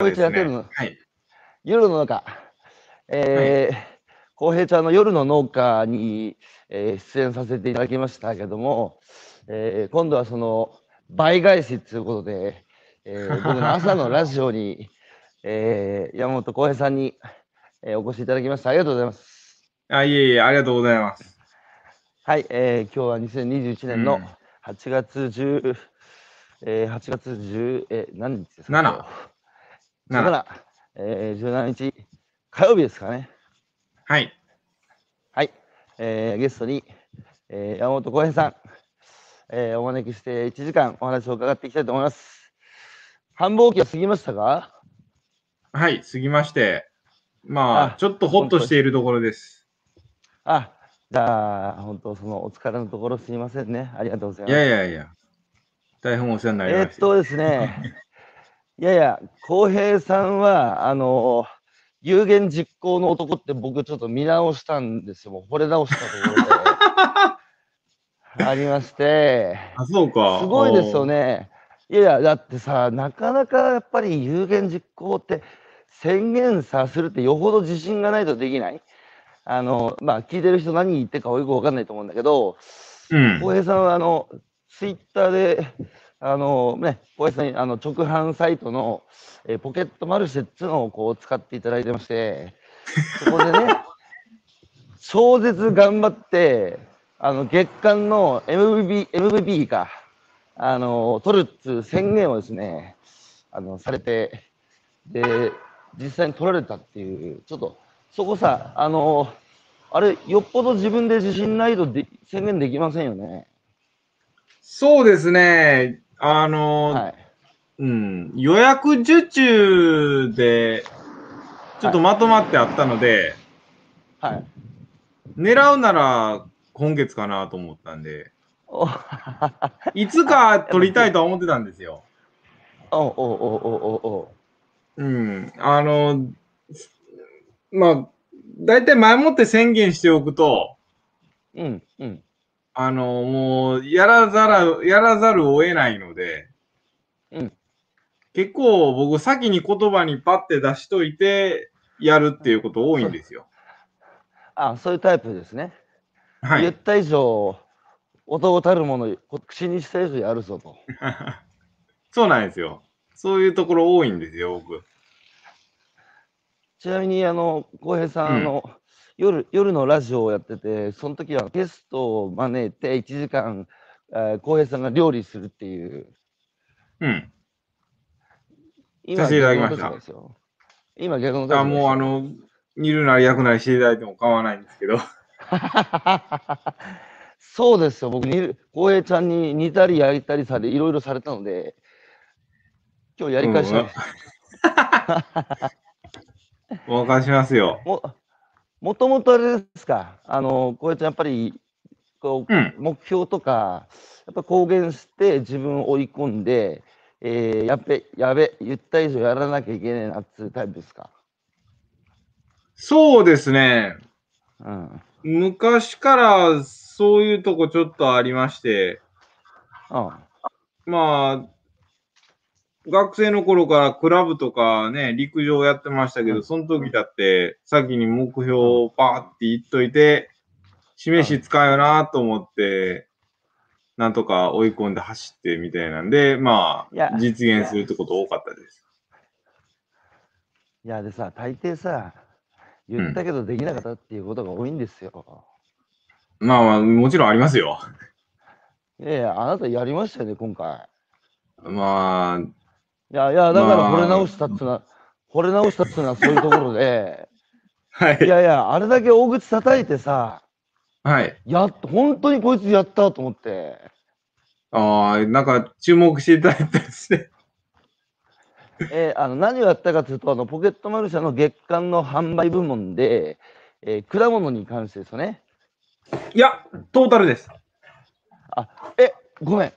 こいつやってるの。 はい。 夜の農家。浩平ちゃんの夜の農家に、出演させていただきましたけども、今度はその倍返しということで、僕の朝のラジオに、山本浩平さんに、お越しいただきました。ありがとうございます。 いえいえ、ありがとうございます。 はい、今日は2021年の8月10、8月10、何日ですか、今日。17、17日火曜日ですかね。 はい。 はい、ゲストに、山本浩平さん、お招きして1時間お話を伺っていきたいと思います。繁忙期は過ぎましたか？ はい、過ぎまして、まあ、ちょっとほっとしているところです。 じゃあ、本当、そのお疲れのところすいませんね。ありがとうございいます。 やいやいや、大変お世話になりまして。 ですね、いやいや、浩平さんは、有言実行の男って僕ちょっと見直したんですよ。もう惚れ直したところでありまして、 あ、そうか。 すごいですよね。いやいや、だってさ、なかなかやっぱり有言実行って宣言さするってよほど自信がないとできない。まあ、聞いてる人何言ってるかよくわかんないと思うんだけど、浩平さんはツイッターで、浩平さんに直販サイトの、ポケットマルシェっていうのをこう使っていただいてまして、そこでね、超絶頑張って、月間の MVP か、取るっていう宣言をですね、されて、で、実際に取られたっていう、ちょっと、そこさ、あれ、よっぽど自分で自信ないと宣言できませんよね。 そうですね。 はい。 予約受注で、ちょっとまとまってあったので、 はい。 狙うなら今月かなと思ったんで、 おいつか取りたいとは思ってたんですよ。 お。 まあ、大体前もって宣言しておくと、 うんうん。 もう、やらざるを得ないので、 うん。 結構僕先に言葉にパッて出しといて、やるっていうこと多いんですよ。 そういうタイプですね。 はい。 言った以上、男たるもの、口にした以上やるぞと。 そうなんですよ。そういうところ多いんですよ、僕。 ちなみに、浩平さん、 うん。 夜のラジオをやってて、その時はゲストを招いて1時間、浩平さんが料理するっていう、 うん。させていただ今逆のきました。 立場ですよ。今逆のあ、 立場ですよ。 もう煮るなり焼くなりしていただいても構わないんですけど。 そうですよ、僕に、浩平ちゃんに煮たり焼いたりいろいろされたので、今日やり返したいです。 お任せしますよ。 もともとあれですか、浩平ちゃんやっぱり、こうん。 う、目標とか、やっぱ公言して自分を追い込んで、やべ、言った以上やらなきゃいけないなっていうタイプですか？ そうですね。 うん。 昔からそういうとこちょっとありまして、 うん。 まあ、学生の頃からクラブとかね、陸上やってましたけど、 うん。 その時だって先に目標うん。 をパーって言っといて、示しうん。 使うよなと思って、なんとか追い込んで走ってみたいなんで、まあ、 いや、 実現するってこと多かったです。 でさ、大抵さ、言うん。 ったけどできなかったっていうことが多いんですよ。 まあまあ、もちろんありますよ。 いやいや、あなたやりましたよね、今回。 まあ、 だから惚れまあ、 直したっつうのは、惚れ直したっつうのはそういうところで、 はい。 あれだけ大口叩いてさ、 はい。 本当にこいつやったと思って。 ああ、なんか注目していただいたですね。 何をやったかというと、ポケットマルシェの月間の販売部門で、果物に関してですよね。 いや、トータルです。 あ、ごめん。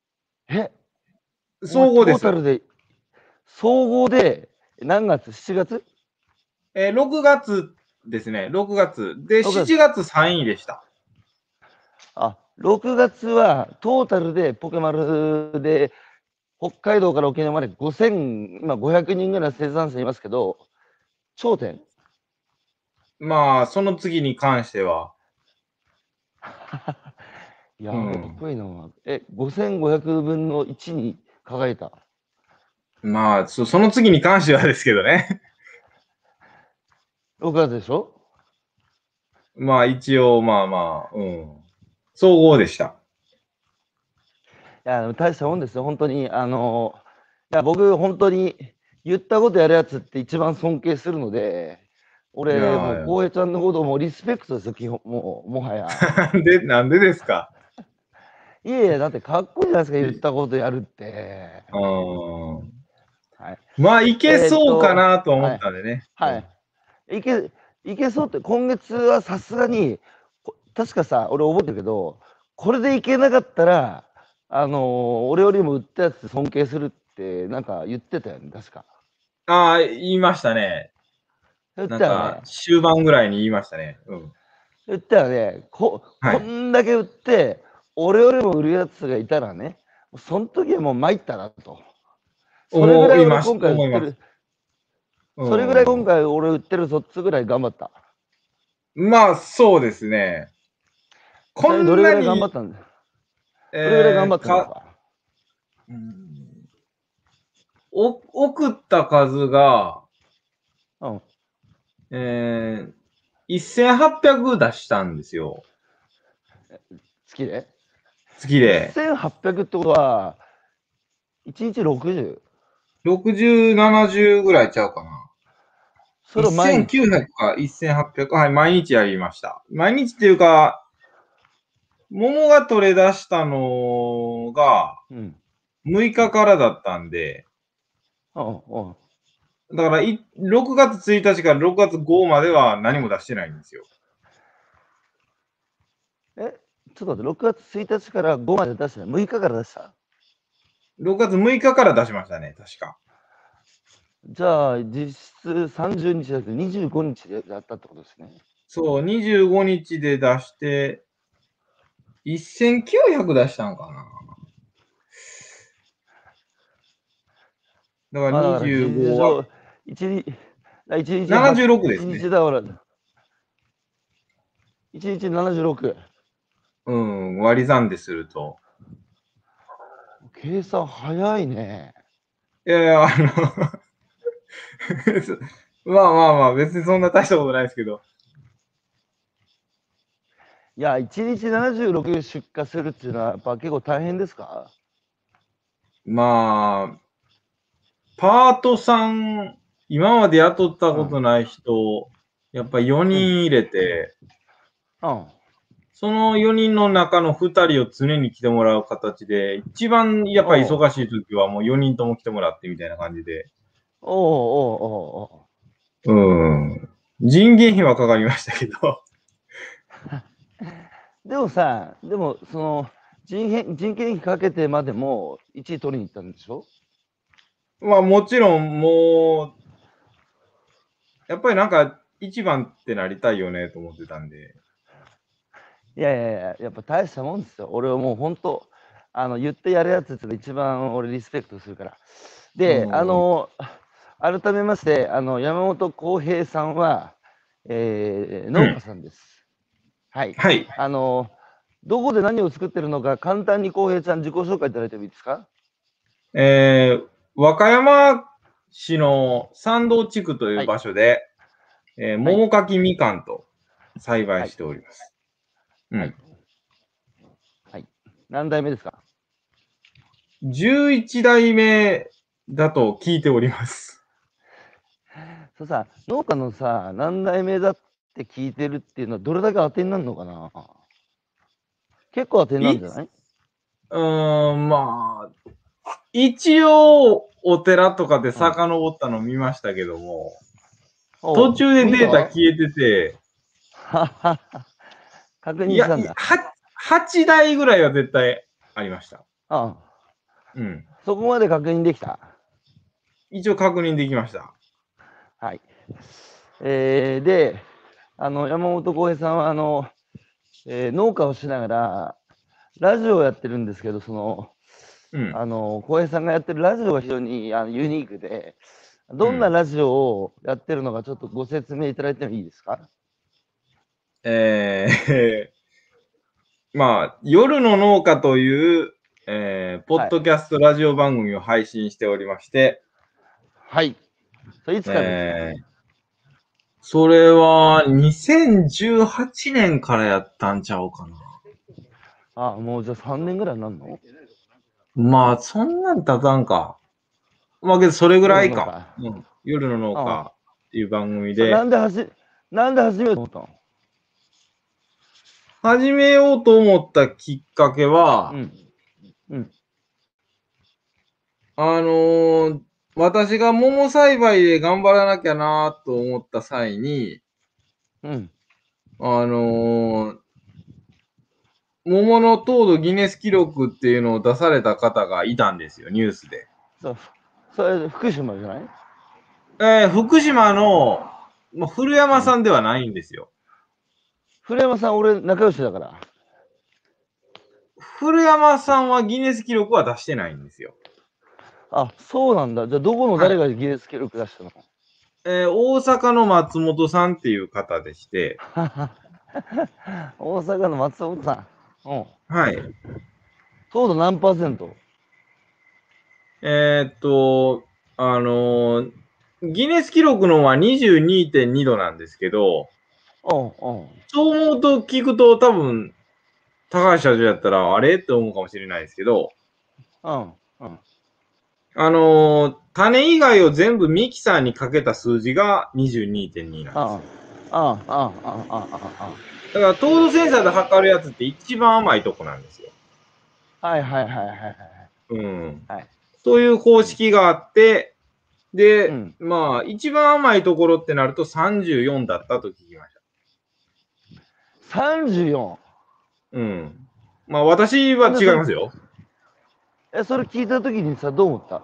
お前ト総合です。 ータルで、総合で、何月？ 7 月？ 6月ですね。6月。で、 6 月。 7月3位でした。 6月はトータルでポケマルで北海道から沖縄まで5000、今500人ぐらい生産者いますけど、頂点まあ、その次に関しては。 やばいな。5500分の1に輝いた。 まあ、その次に関してはですけどね。 6月でしょ？ まあ、一応、まあまあ、総合でした。 いや、でも大したもんですよ、本当に。いや、僕、本当に言ったことやるやつって一番尊敬するので、 い俺、もう、 やー、 浩平ちゃんのこともリスペクトですよ、基本、もはや。 なんでですか？ いえいえ、だってかっこいいじゃないですか、言っいたことやるって。 あーはい。 まあ、いけそうかなと思っはい。 たんでね。 はい。いけそうって、今月はさすがに、確かさ、俺覚えてるけど、これでいけなかったら、俺よりも売ったやつ尊敬するって、なんか言ってたよね、確か。 ああ、言いましたね。 言っなんか、 たよね。 終盤ぐらいに言いましたね。 言ったよね。こはい。 んだけ売って、俺よりも売るやつがいたらね、その時はもう参ったなと。それぐらい俺今回売っ思います。 てる。 うそれぐらい今ん。 回俺売ってるぞっつぐらい頑張った。 まあ、そうですね。 ちなこみにどれぐらい頑張んなに、 ったんだどれぐらい頑張ったんですか？ うん送った数が、 うん。 1800出したんですよ。 月で月で。 ?1800 ってことは、1日 60？ 60、70ぐらいちゃうかな。 それを毎日。 1900か1800。はい、毎日やりました。毎日っていうか、桃が取れ出したのがうん。 6日からだったんで、 うんうん。 だから6月1日から6月5までは何も出してないんですよ。 ちょっと待って、6月1日から5まで出したの？ 6 日から出した？ 6月6日から出しましたね、確か。 じゃあ、実質30日じゃなくて25日でやったってことですね。 そう、25日で出して、1900出したんかな。だからまあだから事実 25は上、1日、1日8、 76で 1 すね。 日だから、1日76。 うん、割り算ですると。 計算早いね。 いやいや、まあまあまあ、別にそんな大したことないですけど。 いや、1日76出荷するっていうのは、やっぱ結構大変ですか？ まあ、パートさん、今まで雇ったうん。 ことない人、やっぱ4 うん。 人入れて、 うん。 その4人の中の2人を常に来てもらう形で、一番やっぱりおう忙しい時はもう4人とも来てもらってみたいな感じで。 おうおうおうおう。 うん。人件費はかかりましたけど。 でもさ、でもその人件費かけてまでも1位取りに行ったんでしょ？ まあもちろんもう、やっぱりなんか一番ってなりたいよねと思ってたんで。 いやいやいや、やっぱ大したもんですよ。俺はもう本当、言ってやるやつって一番俺リスペクトするから。で、 うん。 改めまして、山本浩平さんは、農家うん。 さんです。はい。 はい。 どこで何を作ってるのか、簡単に浩平ちゃん自己紹介いただいてもいいですか？ 和歌山市の山道地区というはい。 場所で、 はい。 桃柿みかんと栽はい。 培しております。うはい。 ん。 はい。何代目ですか？ 11代目だと聞いております。 そうさ、農家のさ、何代目だって聞いてるっていうのはどれだけ当てになるのかな？結構当てになるんいじゃない？ まあ、一応、お寺とかでうん。 遡ったの見ましたけども、途おう、 中でデータ見た？ 消えてて、 ははは。確いや、 認したんだ。 8台ぐらいは絶対ありました。 うん。 うん。 そこまで確認できた。 一応確認できました。 はい。で、山本浩平さんは、農家をしながら、ラジオをやってるんですけど、 うん。 浩平さんがやってるラジオが非常にユニークで、どんなラジオをやってるのかちょっとご説明いただいてもいいですか？ まあ、夜の農家という、ポッはい。 ドキャストラジオ番組を配信しておりまして、 はい。それいつからですか？ それは2018年からやったんちゃうかな。 もうじゃあ3年ぐらいになるの？ まあ、そんなん経たんか。まあ、けどそれぐらいか。 夜のか。 うん。夜の農ああ。 家っていう番組それで、 なんで始めようと思ったの？ 始めようと思ったきっかけは、 うん。うん。 あのー私が桃栽培で頑張らなきゃなと思った際に、 うん。 あのー桃の糖度ギネス記録っていうのを出された方がいたんですよ、ニュースで。 そう。それ福島じゃない？ 福島の、古山うん。 さんではないんですよ。 古山さん、俺仲良しだから。 古山さんはギネス記録は出してないんですよ。 そうなんだ。じゃあ、どこのはい。 誰がギネス記録出したの？ 大阪の松本さんっていう方でして、 大阪の松本さん。うん。 はい。 糖度何パーセント？ えーっと、あのーギネス記録のは22.2度なんですけど、 うん、うん。 そう思うと聞くと多分、高橋社長やったらあれって思うかもしれないですけど、 うん、うん。 種以外を全部ミキサーにかけた数字が22.2なんですあよ。 あ、ああ、ああ、あだから糖度センサーで測るやつって一番甘いとこなんですよ。 はいはいはいはいはい。 うん。 はい。 そういう方うん。 式があって、で、 うん。 まあ、一番甘いところってなると34だったと聞きました。 34。 うん。まあ、私はほんで、それ、 違いますよ。 それ聞いたときにさ、どう思った？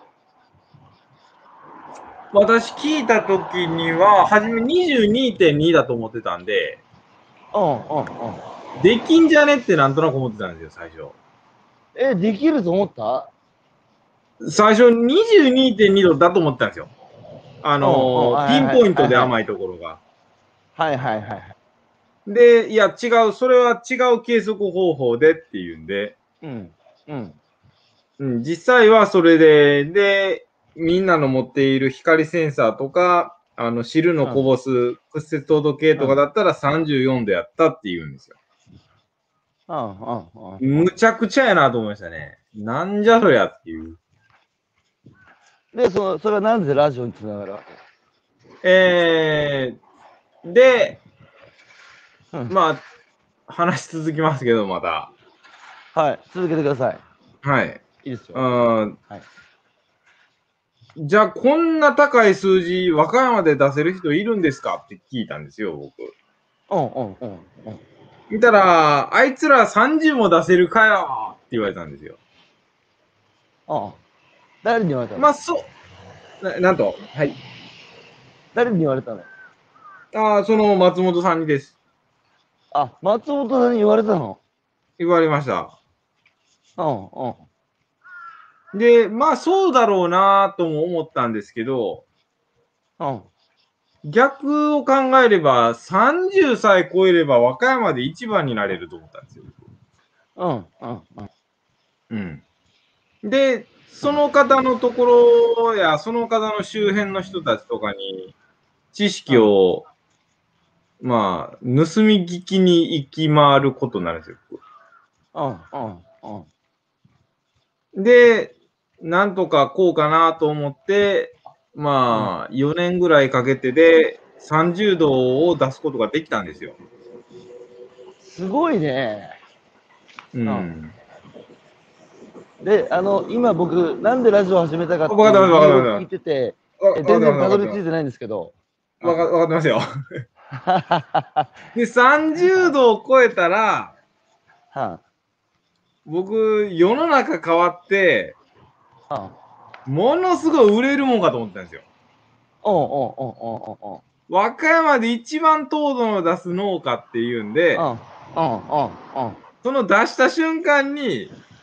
私聞いたときには、初め22.2だと思ってたんで、 うん、うん、うん。 できんじゃねってなんとなく思ってたんですよ、最初。 できると思った？ 最初22.2度だと思ってたんですよ。 うん、うん、はいはいピンポインはいはい。 トで甘いところが。 はいはいはいはい。 で、いや、違う、それは違う計測方法でっていうんで、 うん、うん、 うん、実際はそれで、みんなの持っている光センサーとか、汁のうん、 こぼす屈折糖度計うん、 とかだったら34度やったって言うんですよ。 うん、うん、うん。 むちゃくちゃやなと思いましたね。なんじゃそりゃっていう。 で、それはなんでラジオにつながるわけ？ えで、 うん。 まあ、話し続きますけど、また。 はい、続けてください。 はい。 いいですよ。 うん、 はい。 じゃあ、こんな高い数字、和歌山で出せる人いるんですかって聞いたんですよ、僕。 うん、うん、うん、うん。 見たら、あいつら30も出せるかよって言われたんですよ。 ああ。誰に言われたの？ まあ、なんと、はい。 誰に言われたの？ その松本さんにです。 松本さんに言われたの？ 言われました。 うん、うん、 で、まあ、そうだろうなとも思ったんですけど、 うん、 逆を考えれば、30さえ超えれば和歌山で一番になれると思ったんですよ。 うん、うん、うん。 うん。で、そうんの方のところや、その方の周辺の人たちとかに、知識うんを、まあ、盗み聞きに行き回ることになるんですよ。 うんうんうんで、なんとかこうかなと思って、 うん。 まあ、4年ぐらいかけてで30度を出すことができたんですよ。 すごいね。 ううん。 ん。 で、今僕、なんでラジオ始めたかっていうわかってます、わ理由を聞いかっててて、 ます。わかってます、 全然たわかってます。 どり着いてないんですけど、うん。 わかってますよ。で、30度を超えたら、 は僕、世の中変わって、 あ、はものすごい売れるもんかと思ったんですよ。 あ、うんうんうんうんうん和歌山で一番糖度の出す農家っていうんで、 うんうんうんうんその出した瞬間に、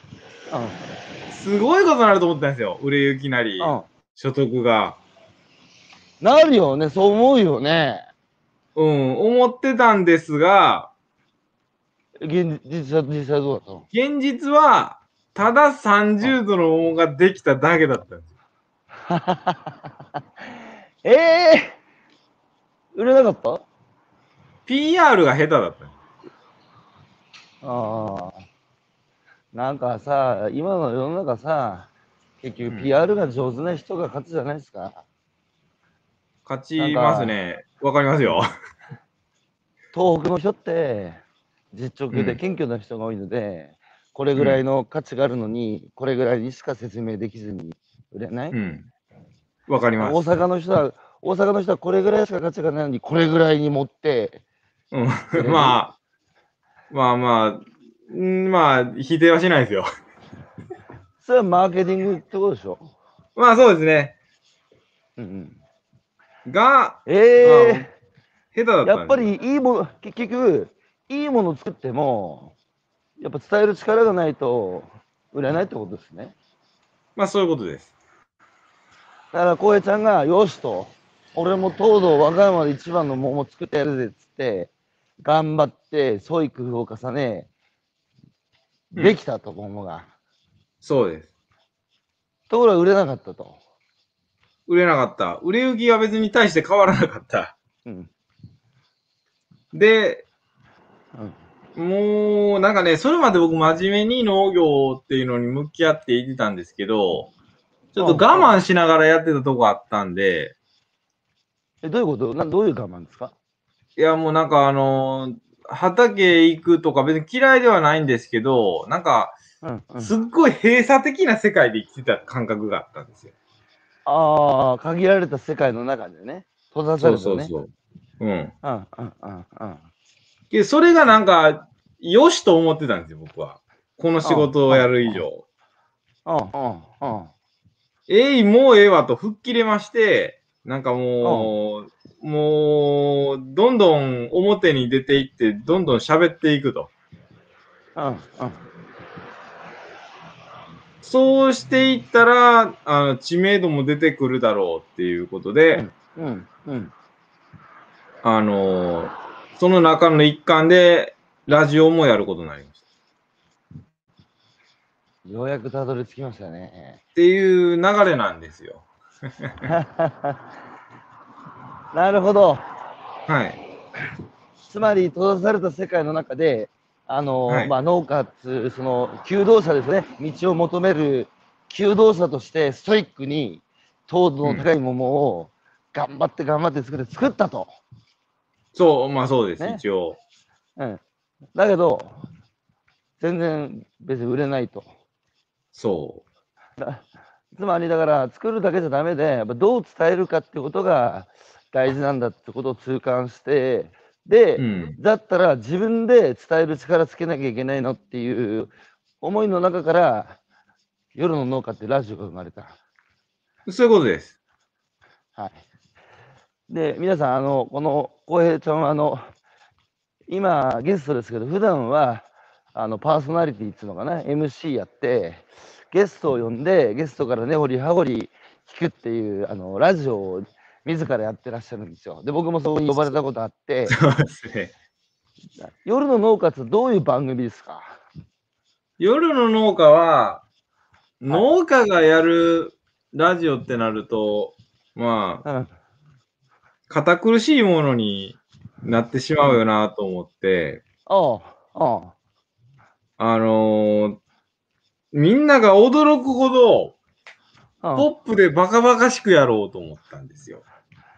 すごいことになると思ったんですよ。売れ行きなり、 うん。 所得が。 なるよね、そう思うよね。 思ってたんですが、 実際どうだったの？ 現実は、ただ30度の桃ができただけだったんですよ。 ええ売れなかった？ PR が下手だったんです。 ああ。なんかさ、今の世の中さ、結局うん。 PR が上手な人が勝つじゃないですか。 勝なんちますか、 ね。わかりますよ。 東北の人って実直でうん。 謙虚な人が多いので、これぐらいうん。 の価値があるのに、これぐらいにしか説明できずに売れない。 うん。わかり大ます。 阪の人はこれぐらいしか価値がないのに、これぐらいに持ってうん。 売れる。 まあ、まあ、否定はしないですよ。 それはマーケティングってことでしょ。 まあ、そうですね。 うんうん。 が、まあ、 ええ下手だっやっぱたんですよ。 りいいもの、結局、いいものを作っても、やっぱ伝える力がないと売れないってことですね。 まあ、そういうことです。 だから、浩平ちゃんが、よしと、俺も東堂和歌山で一番の桃作ってやるぜっつって、頑張って、創意工夫を重ね、 うん。 できたと、桃が。 そうです。 ところが売れなかったと。 売れなかった。売れ行きは別に対して変わらなかった。 うん。 で、 うん。 もう、なんかね、それまで僕真面目に農業っていうのに向き合っていってたんですけど、ちょっと我慢しながらやってたとこあったんで、 どういうことどういう我慢ですか？ いやもうなんか畑行くとか別に嫌いではないんですけど、なんか、 うんうん。 すっごい閉鎖的な世界で生きてた感覚があったんですよ。 ああ、限られた世界の中でね。閉ざさそうれたね。 そうそう。うん。 うんうんうんうん。 で、それがなんか、よしと思ってたんですよ、僕は。この仕うん事をやる以上。 うんうんうんもうええわと吹っ切れまして、なんかうんもう、どんどん表に出ていって、どんどん喋っていくと。 うんうんそうしていったら、知名度も出てくるだろうっていうことで、 うんうんうん。 あの、その中の一環で、ラジオもやることになりました。 ようやくたどり着きましたね。 っていう流れなんですよ。 なるほど。 はい。 つまり閉ざされた世界の中で、 はい。 農家っつう、その、求道者ですね。道を求める求道者としてストイックに糖度うん。 の高い桃を頑張って頑張って作ったと。 そう、まあそうです、 ね。 一応。 うん。だけど、全然別に売れないと。 そつまりだから作るだけじゃダメで、やっぱどう伝えるかってことが大事なんだってことを痛感して、 う。うで、 ん。 だったら自分で伝える力つけなきゃいけないのっていう思いの中から、夜の農家ってラジオが生まれた。 そういうことです。 はい。で、皆さん、この浩平ちゃんは、今、ゲストですけど、普段は、パーソナリティっていうのかな、MC やって、ゲストを呼んで、ゲストからね、掘り葉掘り聞くっていう、ラジオを自らやってらっしゃるんですよ。で、僕もそこに呼ばれたことあって、 そうですね。 夜の農家ってどういう番組ですか？ 夜の農家は、 はい。 農家がやるラジオってなると、まあ、 うん。 堅苦しいものになってしまうようん。 なと思って、 ああ、ああのーみんなが驚くほど、 あ、うん。 ポップでバカバカしくやろうと思ったんですよ。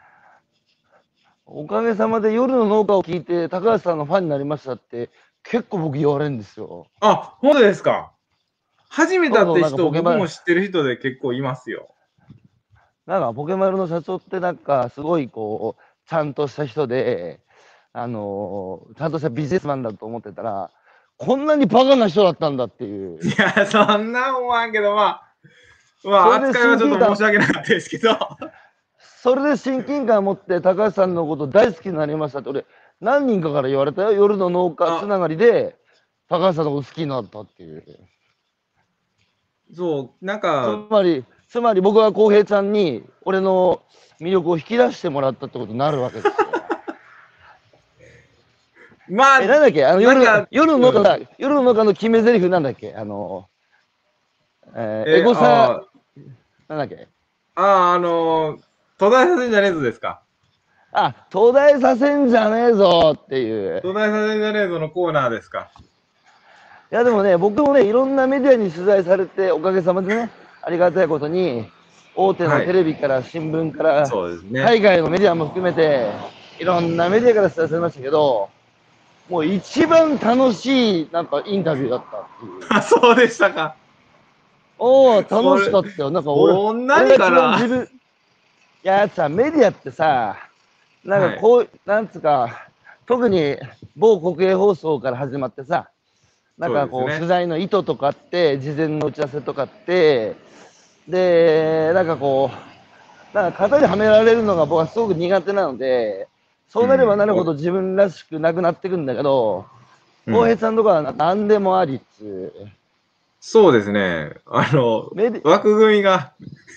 おかげさまで夜の農家を聞いて、高橋さんのファンになりましたって、結構僕言われるんですよ。 あ、本当ですか。初めてそうそう、なんか会った人、僕も知ってる人で結構いますよ。 ポケマルの社長ってなんかすごいこうちゃんとした人で、ちゃんとしたビジネスマンだと思ってたら、こんなにバカな人だったんだっていう。 いや、そんな思わんけど、まあ、 それで扱いはちょっと申親近感、 し訳なかったですけど。 それで親近感を持って高橋さんのこと大好きになりましたって俺何人かから言われたよ。夜の農家つあ、 ながりで高橋さんのこと好きになったっていう。 そう、なんつか、 つまり僕は浩平ちゃんに俺の魅力を引き出してもらったってことになるわけですよ。 まあ、 なんだっけなんか、うん。 夜の中の決め台詞なんだっけエゴサ、 あなんだっけ途絶えさせんじゃねえぞですか。 途絶えさせんじゃねえぞっていう。 途絶えさせんじゃねえぞのコーナーですか。 いやでもね、僕もね、いろんなメディアに取材されて、おかげさまでね、ありがたいことに、大手のテはい。 レビから新聞から、 そうですね。 海外のメディアも含めて、いろんなメディアから取材されましたけど、もう一番楽しい、なんかインタビューだったっていう。 あ、そうでしたか。 おー、楽しそれ、 かったよ。なんかそんな俺が一番にかな。 自分、いやさ、メディアってさ、なんかはい。 こう、なんつうか、特に某国営放送から始まってさ、なんそうかこう、取ですね。 材の意図とかって、事前の打ち合わせとかって、で、なんかこう、なんか型にはめられるのが僕はすごく苦手なので、そうなればうん。 なるほど自分らしくなくなってくんだけど、浩平うん。 さんとかは何でもありっつう、 そうですね。 メディ、 枠組みが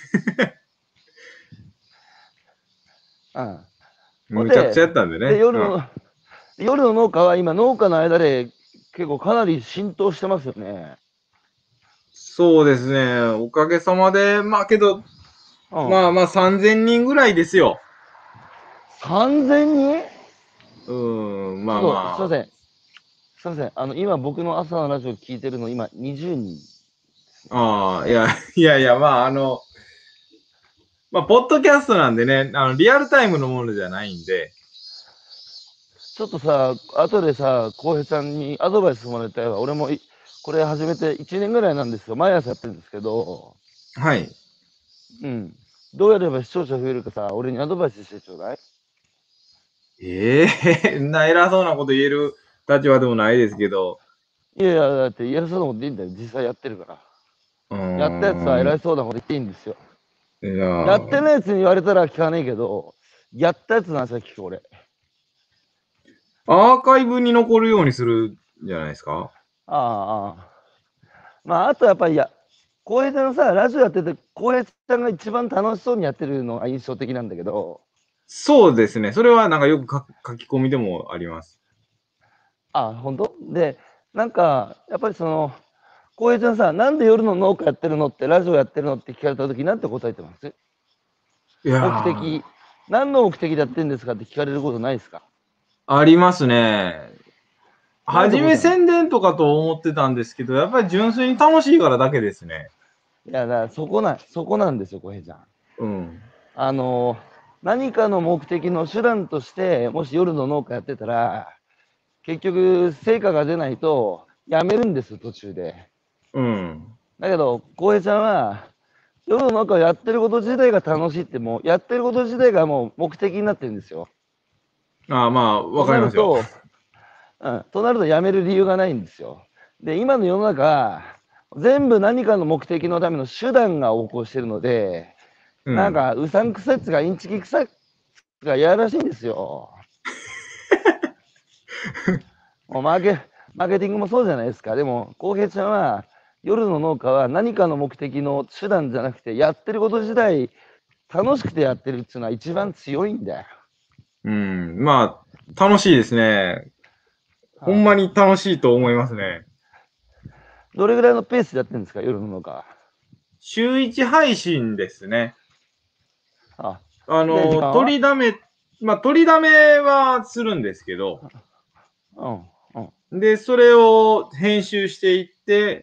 うん。ほんで、 むちゃくちゃやったんでね。うん。 夜の農家は今農家の間で結構かなり浸透してますよね。 そうですね。おかげさまで、まあけど、 うん。 まあまあ3000人ぐらいですよ。 3000人うん、まあちょっと、すいまません。すいません。今僕の朝のラジオ聞いてるの今20人。 あ、いや、いやいや、まあまあ、ポッドキャストなんでね、リアルタイムのものじゃないんで、 ちょっとさ、後でさ、浩平さんにアドバイスもらいたいわ。俺もこれ始めて1年ぐらいなんですよ。毎朝やってるんですけど、 はい。 うん。どうやれば視聴者増えるかさ、俺にアドバイスしてちょうだい。 ええんな偉そうなこと言える立場でもないですけど、 いやいや、だって偉そうなこと言いいんだよ。実際やってるから。 うーやったやつは偉ん、 いそうなこと言っていいんですよ。 いややってないやつに言われたら聞かねえけど、やったやつの話は聞く、俺。 アーカイブに残るようにするんじゃないですか。 ああ、ああ。まあ、あとやっぱり、浩平さんのさ、ラジオやってて、浩平さんが一番楽しそうにやってるのが印象的なんだけど、 そうですね。それはなんかよく書き込みでもあります。 本当で、なんか、やっぱり浩平ちゃんさ、なんで夜の農家やってるのって、ラジオやってるのって聞かれたとき、なんて答えてますいや目的。 ー、 何の目的でやってるんですかって聞かれることないですか？ ありますね。初めなんて答えるの？ 宣伝とかと思ってたんですけど、やっぱり純粋に楽しいからだけですね。 いや、だからそこなんですよ、浩平ちゃん。 うん。 あの、何かの目的の手段として、もし夜の農家やってたら、結局、成果が出ないと、やめるんです、途中で。 うん。 だけど、浩平ちゃんは、夜の農家をやってること自体が楽しいって、もう、やってること自体がもう目的になってるんですよ。 ああ、まあ、わとかりますよ。 なると、となるとやめる理由がないんですよ。で、今の世の中、全部何かの目的のための手段が横行してるので、 うん。 なんか、うさんくさいつがインチキくさいつがいやらしいんですよ。もうマーケティングもそうじゃないですか。でも、浩平ちゃんは、夜の農家は何かの目的の手段じゃなくて、やってること自体、楽しくてやってるっていうのは一番強いんだよ。 うん。まあ、楽しいですね。ほんまああ、 に楽しいと思いますね。 どれぐらいのペースでやってるんですか、夜の農家は。 週1配信ですね。 あで、時間は？ 取りだめ、まあ、取りだめはするんですけど、 うん、うん、 で、それを編集していって、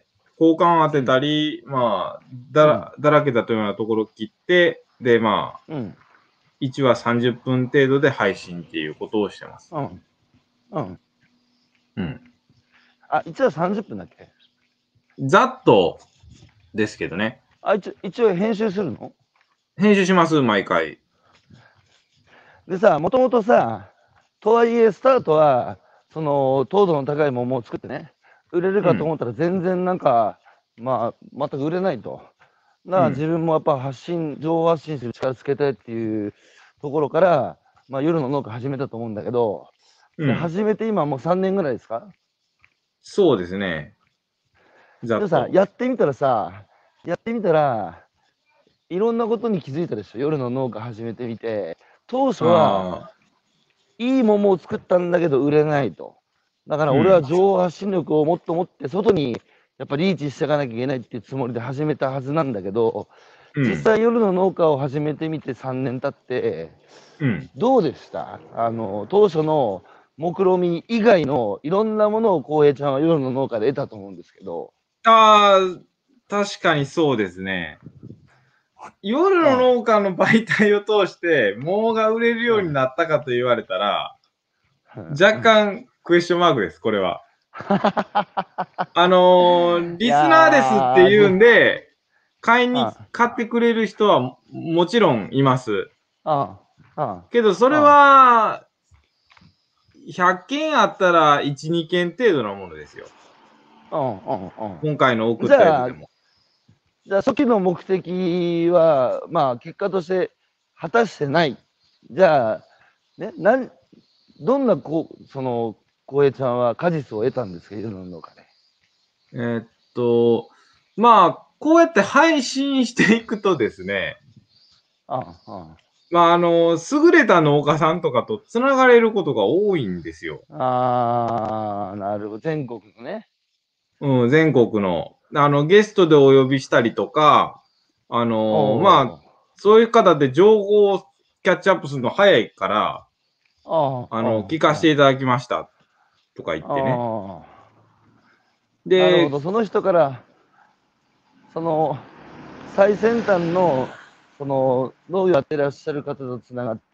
交換当てうん、 たり、まあ、 うん、 だらけたというようなところを切って、で、まあ、 うん、 1話30分程度で配信っていうことをしてます。 うん、うん。 うん。 一応30分だっけ？ ざっとですけどね。 一応編集するの？ 編集します、毎回。 でさ、もともとさ、とはいえ、スタートは、糖度の高い桃を作ってね、売れるうん。 かと思ったら全然なんか、まあ、全く売れないと。だから自うん。 分もやっぱ情報発信する力つけたいっていうところから、まあ夜の農家始めたと思うんだけど、で、 うん。 始めて今もう3年ぐらいですか？ そうですね。ざでさ、 っと。 やってみたらさ、 やってみたら、いろんなことに気づいたでしょ。夜の農家始めてみて。当初は、 ああ、 いい桃を作ったんだけど売れないと。だからうん、 俺は情報発信力をもっと持って外にやっぱリーチしていかなきゃいけないっていうつもりで始めたはずなんだけど、実うん、 際夜の農家を始めてみて3年経って、 うん。 どうでした？当初の目論見以外のいろんなものを浩平ちゃんは夜の農家で得たと思うんですけど。 ああ、確かにそうですね。夜のうん、 農家の媒体を通して桃が売れるようにうん、 なったかと言われたら、 うん、 若うん。 干クエスチョンマークです、これは。 いリスナーですってやー、 言うんで、 あ、 買ってくれる人はもちろんいます。 あ、あ、 けど、それあ、 は、100件あったら1、2件程度のものですよ。 うん、うん、 今回のうん。 送っじゃあ、 たやつでも。 初期の目的は、まあ、結果として果たしてない。じゃあ、ね、どんな浩平ちゃんは果実を得たんですか、世の中で。 えーっと、まあ、こうやって配信していくとですね、 ああ、 まあ、優れた農家さんとかとつながれることが多いんですよ。 ああ、なるほど。全国のね。 うん、全国の。ゲストでお呼びしたりとか、 おまあ、 お、 そういう方で情報をキャッチアップするの早いから、 ああ、 聞かせていただきましたとか言ってね。 ああ、なるほで、 ど。その人から、その、最先端の、農業やってらっしゃる方とつながって、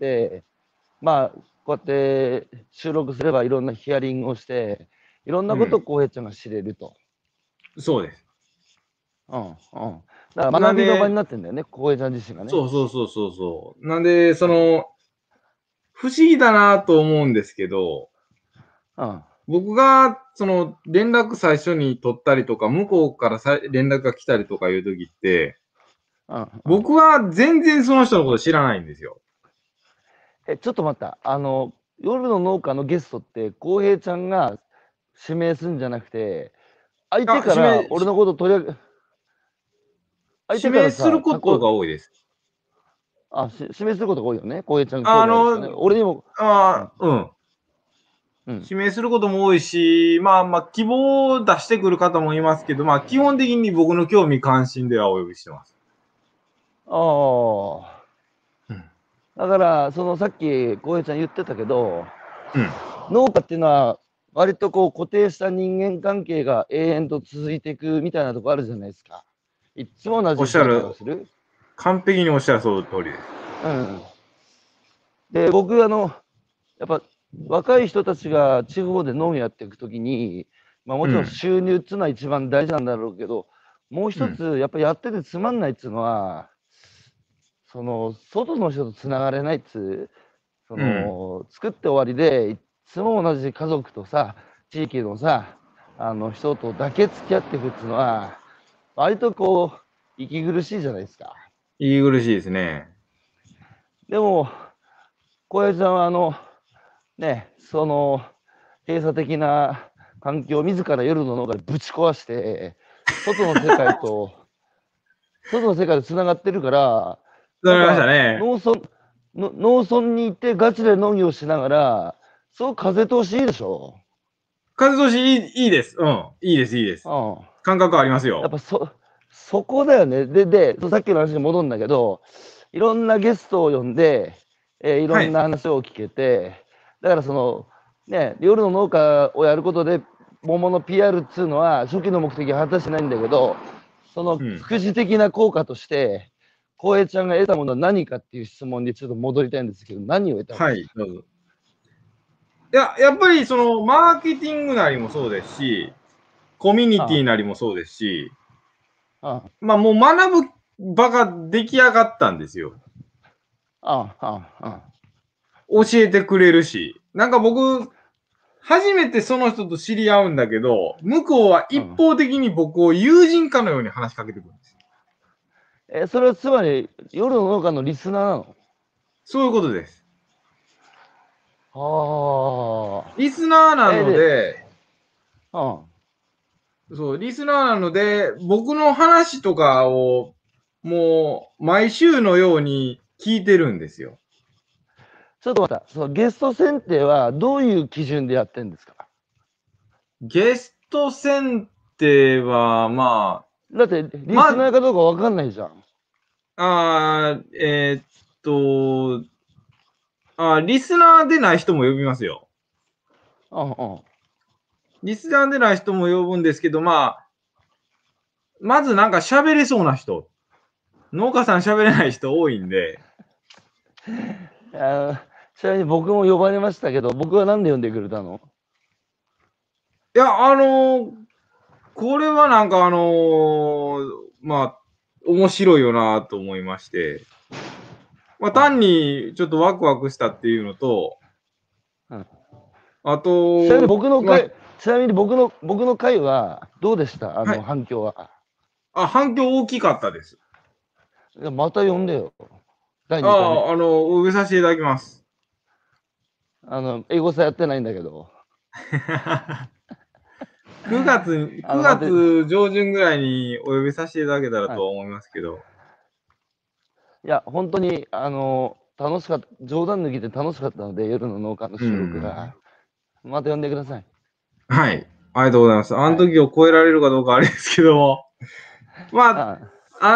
まあ、こうやって収録すればいろんなヒアリングをして、いろんなことをうん、 浩平ちゃんが知れると。 そうです。 うん、うん。だから学びの場になんで、 なってんだよね、浩平ちゃん自身がね。 そう。なんで、不思議だなと思うんですけど、 うん、 僕が、連絡最初に取ったりとか、向こうから連絡が来たりとかいう時って、 うん、うん。 僕は全然その人のこと知らないんですよ。 ちょっと待った。夜の農家のゲストって、浩平ちゃんが指名するんじゃなくて、相手あ、 から俺のこと取り上げ、相手指名からさ、 することが多いです。 指名することが多いよね。浩平ちゃん興あ味ある人ね。 の、 俺にも、うん、 うん。 うん。 指名することも多いし、希望を出してくる方もいますけど、基本的に僕の興味関心ではお呼びしてます。 ああ。 うん。 だから、さっき浩平ちゃん言ってたけど、 うん。 農家っていうのは、割とこう固定した人間関係が永遠と続いていくみたいなとこあるじゃないですか。いっつも同じ人だったおっしゃる、 らする。 完璧におっしゃるその通りです。 うん。で、僕、やっぱ若い人たちが地方で農業やっていくときに、まあもちろんうん。 収入っていうのは一番大事なんだろうけど、もううん。 一つ、やっぱやっててつまんないっていうのは、外の人とつながれないっつう、 うん。 作って終わりで、いっつも同じ家族とさ、地域のさ、人とだけ付き合っていくっていうのは、割とこう、息苦しいじゃないですか。 言い苦しいですね。 でも、小林さんはね、閉鎖的な環境を自ら夜の農家でぶち壊して、外の世界と、外の世界とつながってるから、 わかりましたね。 農村に行ってガチで農業しながら、そう風通しいいでしょ。 風通しいいです。うん。いいです。 うん。 感覚ありますよ。 やっぱそこだよね。で、さっきの話に戻るんだけど、いろんなゲストを呼んで、いろはい。 んな話を聞けて、だからね、夜の農家をやることで、桃の PR っつうのは、初期の目的は果たしてないんだけど、そのうん。 副次的な効果として、浩平ちゃんが得たものは何かっていう質問にちょっと戻りたいんですけど、何を得たんですか？ はい、どうぞ。いや、やっぱりマーケティングなりもそうですし、コミュニティあなりもそうですし、 あ、 もう学ぶ場が出来上がったんですよ。 ああ、ああ、あ教えてくれるし。なんか僕、初めてその人と知り合うんだけど、向こうはあ、う一ん。 方的に僕を友人かのように話しかけてくるんです。 それはつまり、夜の農家のリスナーなの？ そういうことです。 ああ。 リスナーなので、 で、 うん。 そう、リスナーなので、僕の話とかを、もう、毎週のように聞いてるんですよ。 ちょっと待った。そのゲスト選定はどういう基準でやってんですか？ ゲスト選定は、まだってリスまナーかどうかわかんないじゃん。 リスナーでない人も呼びますよ。 うんうん。 リスナーでない人も呼ぶんですけど、まずなんか喋れそうな人。農家さん喋れない人多いんで。 ちなみに僕も呼ばれましたけど、僕はなんで呼んでくれたの？ いや、これはなんか面白いよなと思いまして。単にちょっとワクワクしたっていうのと、 うん。 あちなみにと、 ちなみに僕の回はどうでした？ はい。 反響は。 反響大きかったです。 いやまた呼んでよ。第2回目。 お植えさせていただきます。 英語さやってないんだけど。 9 また、 月上旬ぐらいにお呼びさせていただけたらはい。 と思いますけど。 いや、本当に、楽しかった、冗談抜きで楽しかったので、夜の農家の収録が。また呼んでください。 はい。ありがとうございます。あのはい。 時を超えられるかどうかあれですけども。まあ、 あ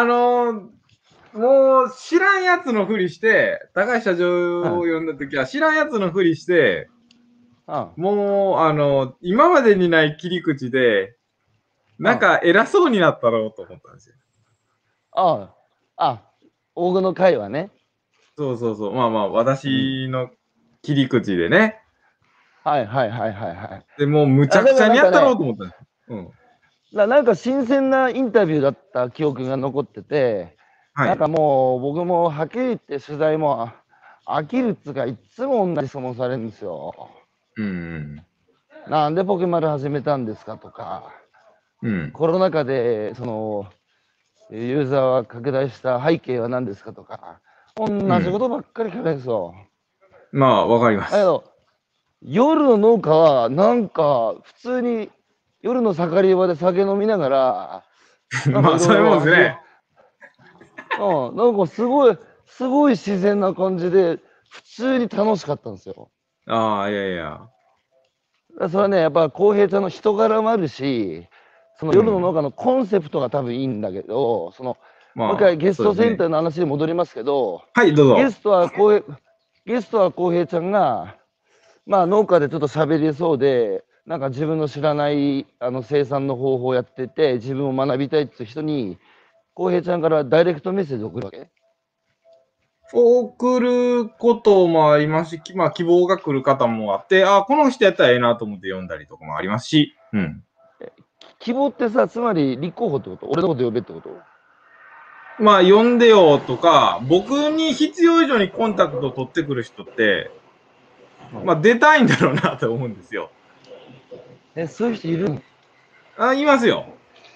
もう知らんやつのふりして、高橋社長をあ、 呼んだ時は知らんやつのふりして、 あもう、今までにない切り口で、なんあ、 か偉そうになったろうと思ったんですよ。 ああ、あ、大具の会はね。 そうそうそう。 うん。 私の切り口でね。 はいはいはいはいはい。 で、もうむちゃでもくちゃにやったろうなんかね、 と思ったんです。うん。 なんか新鮮なインタビューだった記憶が残ってて、 はい。 なんかもう僕もはっきり言って取材も飽きるっつうか、いつも同じ質問されるんですよ。 うんなんでポケマル始めたんですかとか、 うん。うん。 コロナ禍でユーザーは拡大した背景は何ですかとか、同じこうん。 とばっかり聞かれるんですよ。 わかります。 だけど、夜の農家はなんか普通に夜の盛り場で酒飲みながら、なんかいろいそういうもんろですね。 なんかすごい自然な感じで、普通に楽しかったんですよ。 いやいや。 それはね、やっぱ浩平ちゃんの人柄もあるし、その夜の農うん。 家のコンセプトが多分いいんだけど、もう一回ゲスそうですね。 トセンターの話に戻りますけど、 はい、どうぞ。 ゲストは浩平、ゲストは浩平ちゃんが、まあ農家でちょっと喋りそうで、なんか自分の知らない生産の方法をやってて、自分を学びたいっていう人に、浩平ちゃんからダイレクトメッセージを送るわけ。 送ることもありますし、希望が来る方もあって、この人やったらええなと思って読んだりとかもありますし、うん。 希望ってさ、つまり立候補ってこと？俺のこと呼べってこと？ 読んでよとか、僕に必要以上にコンタクトを取ってくる人って、出たいんだろうなと思うんですよ。 そういう人いるの？ いますよ。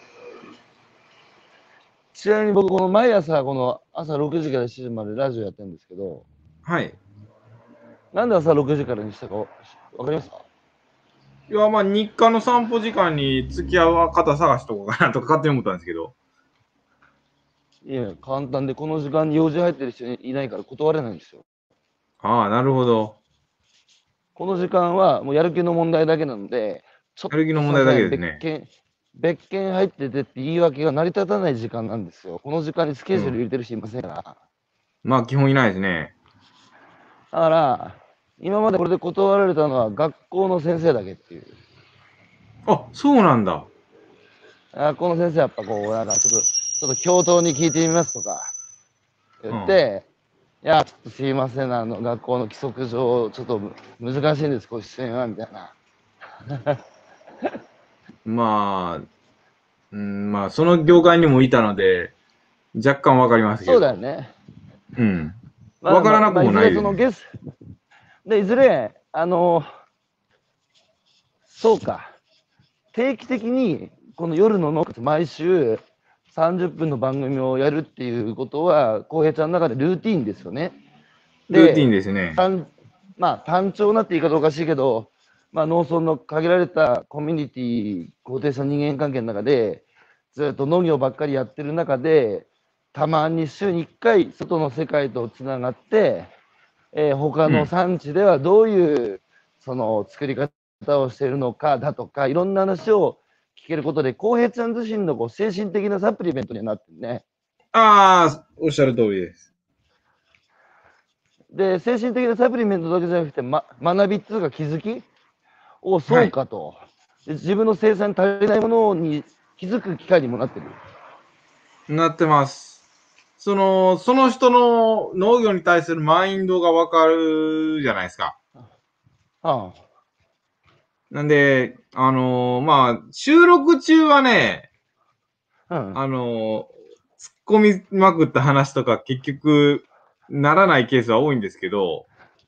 ちなみに僕、この毎朝、この朝6時から7時までラジオやってるんですけど、 はい。 なんで朝6時からにしたかわかりますか？ いや、日課の散歩時間に付き合う方探しとこうかなとか勝手に思ったんですけど。 いや、簡単で、この時間に用事入ってる人いないから断れないんですよ。 なるほど。 この時間はもうやる気の問題だけなので、ちょっやる気の問題だとすいません、 けですね。 別件入っててって言い訳が成り立たない時間なんですよ。この時間にスケジュール入うん。 れてる人いませんから。 基本いないですね。 だから、今までこれで断られたのは学校の先生だけっていう。 そうなんだ。 学校の先生はやっぱこう、なんかちょっと教頭に聞いてみますとか言っうん。 て、いや、ちょっとすいません、学校の規則上、ちょっと難しいんです、ご出演は、みたいな。 まあ、その業界にもいたので、若干わかりますけそうだよど。 ね。 うん。わからなくいずれもないですね。 いずれ、そうか、定期的に、この夜の毎週30分の番組をやるっていうことは、浩平ちゃんの中でルーティーンですよね。 ルーティンで、 ですね。 単調なって言い方おかしいけど、 まあ、農村の限られたコミュニティ固定した人間関係の中でずっと農業ばっかりやってる中でたまに週に1回外の世界とつながって、他の産地ではどういうその作り方をしているのかだとかいろんな話を聞けることで浩平ちゃん自身のこう精神的なサプリメントにはなってるね。 ああ、おっしゃる通りです。 で精神的なサプリメントだけじゃなくて、学びっていうか気づきをそうかと、で自分の生産に足りないものに気づく機会にもなってる。 なってます。その人の農業に対するマインドがわかるじゃないですか。 あなんで、まあ、収録中はね、 あ、うん。 突っ込みまくった話とか結局ならないケースは多いんですけど、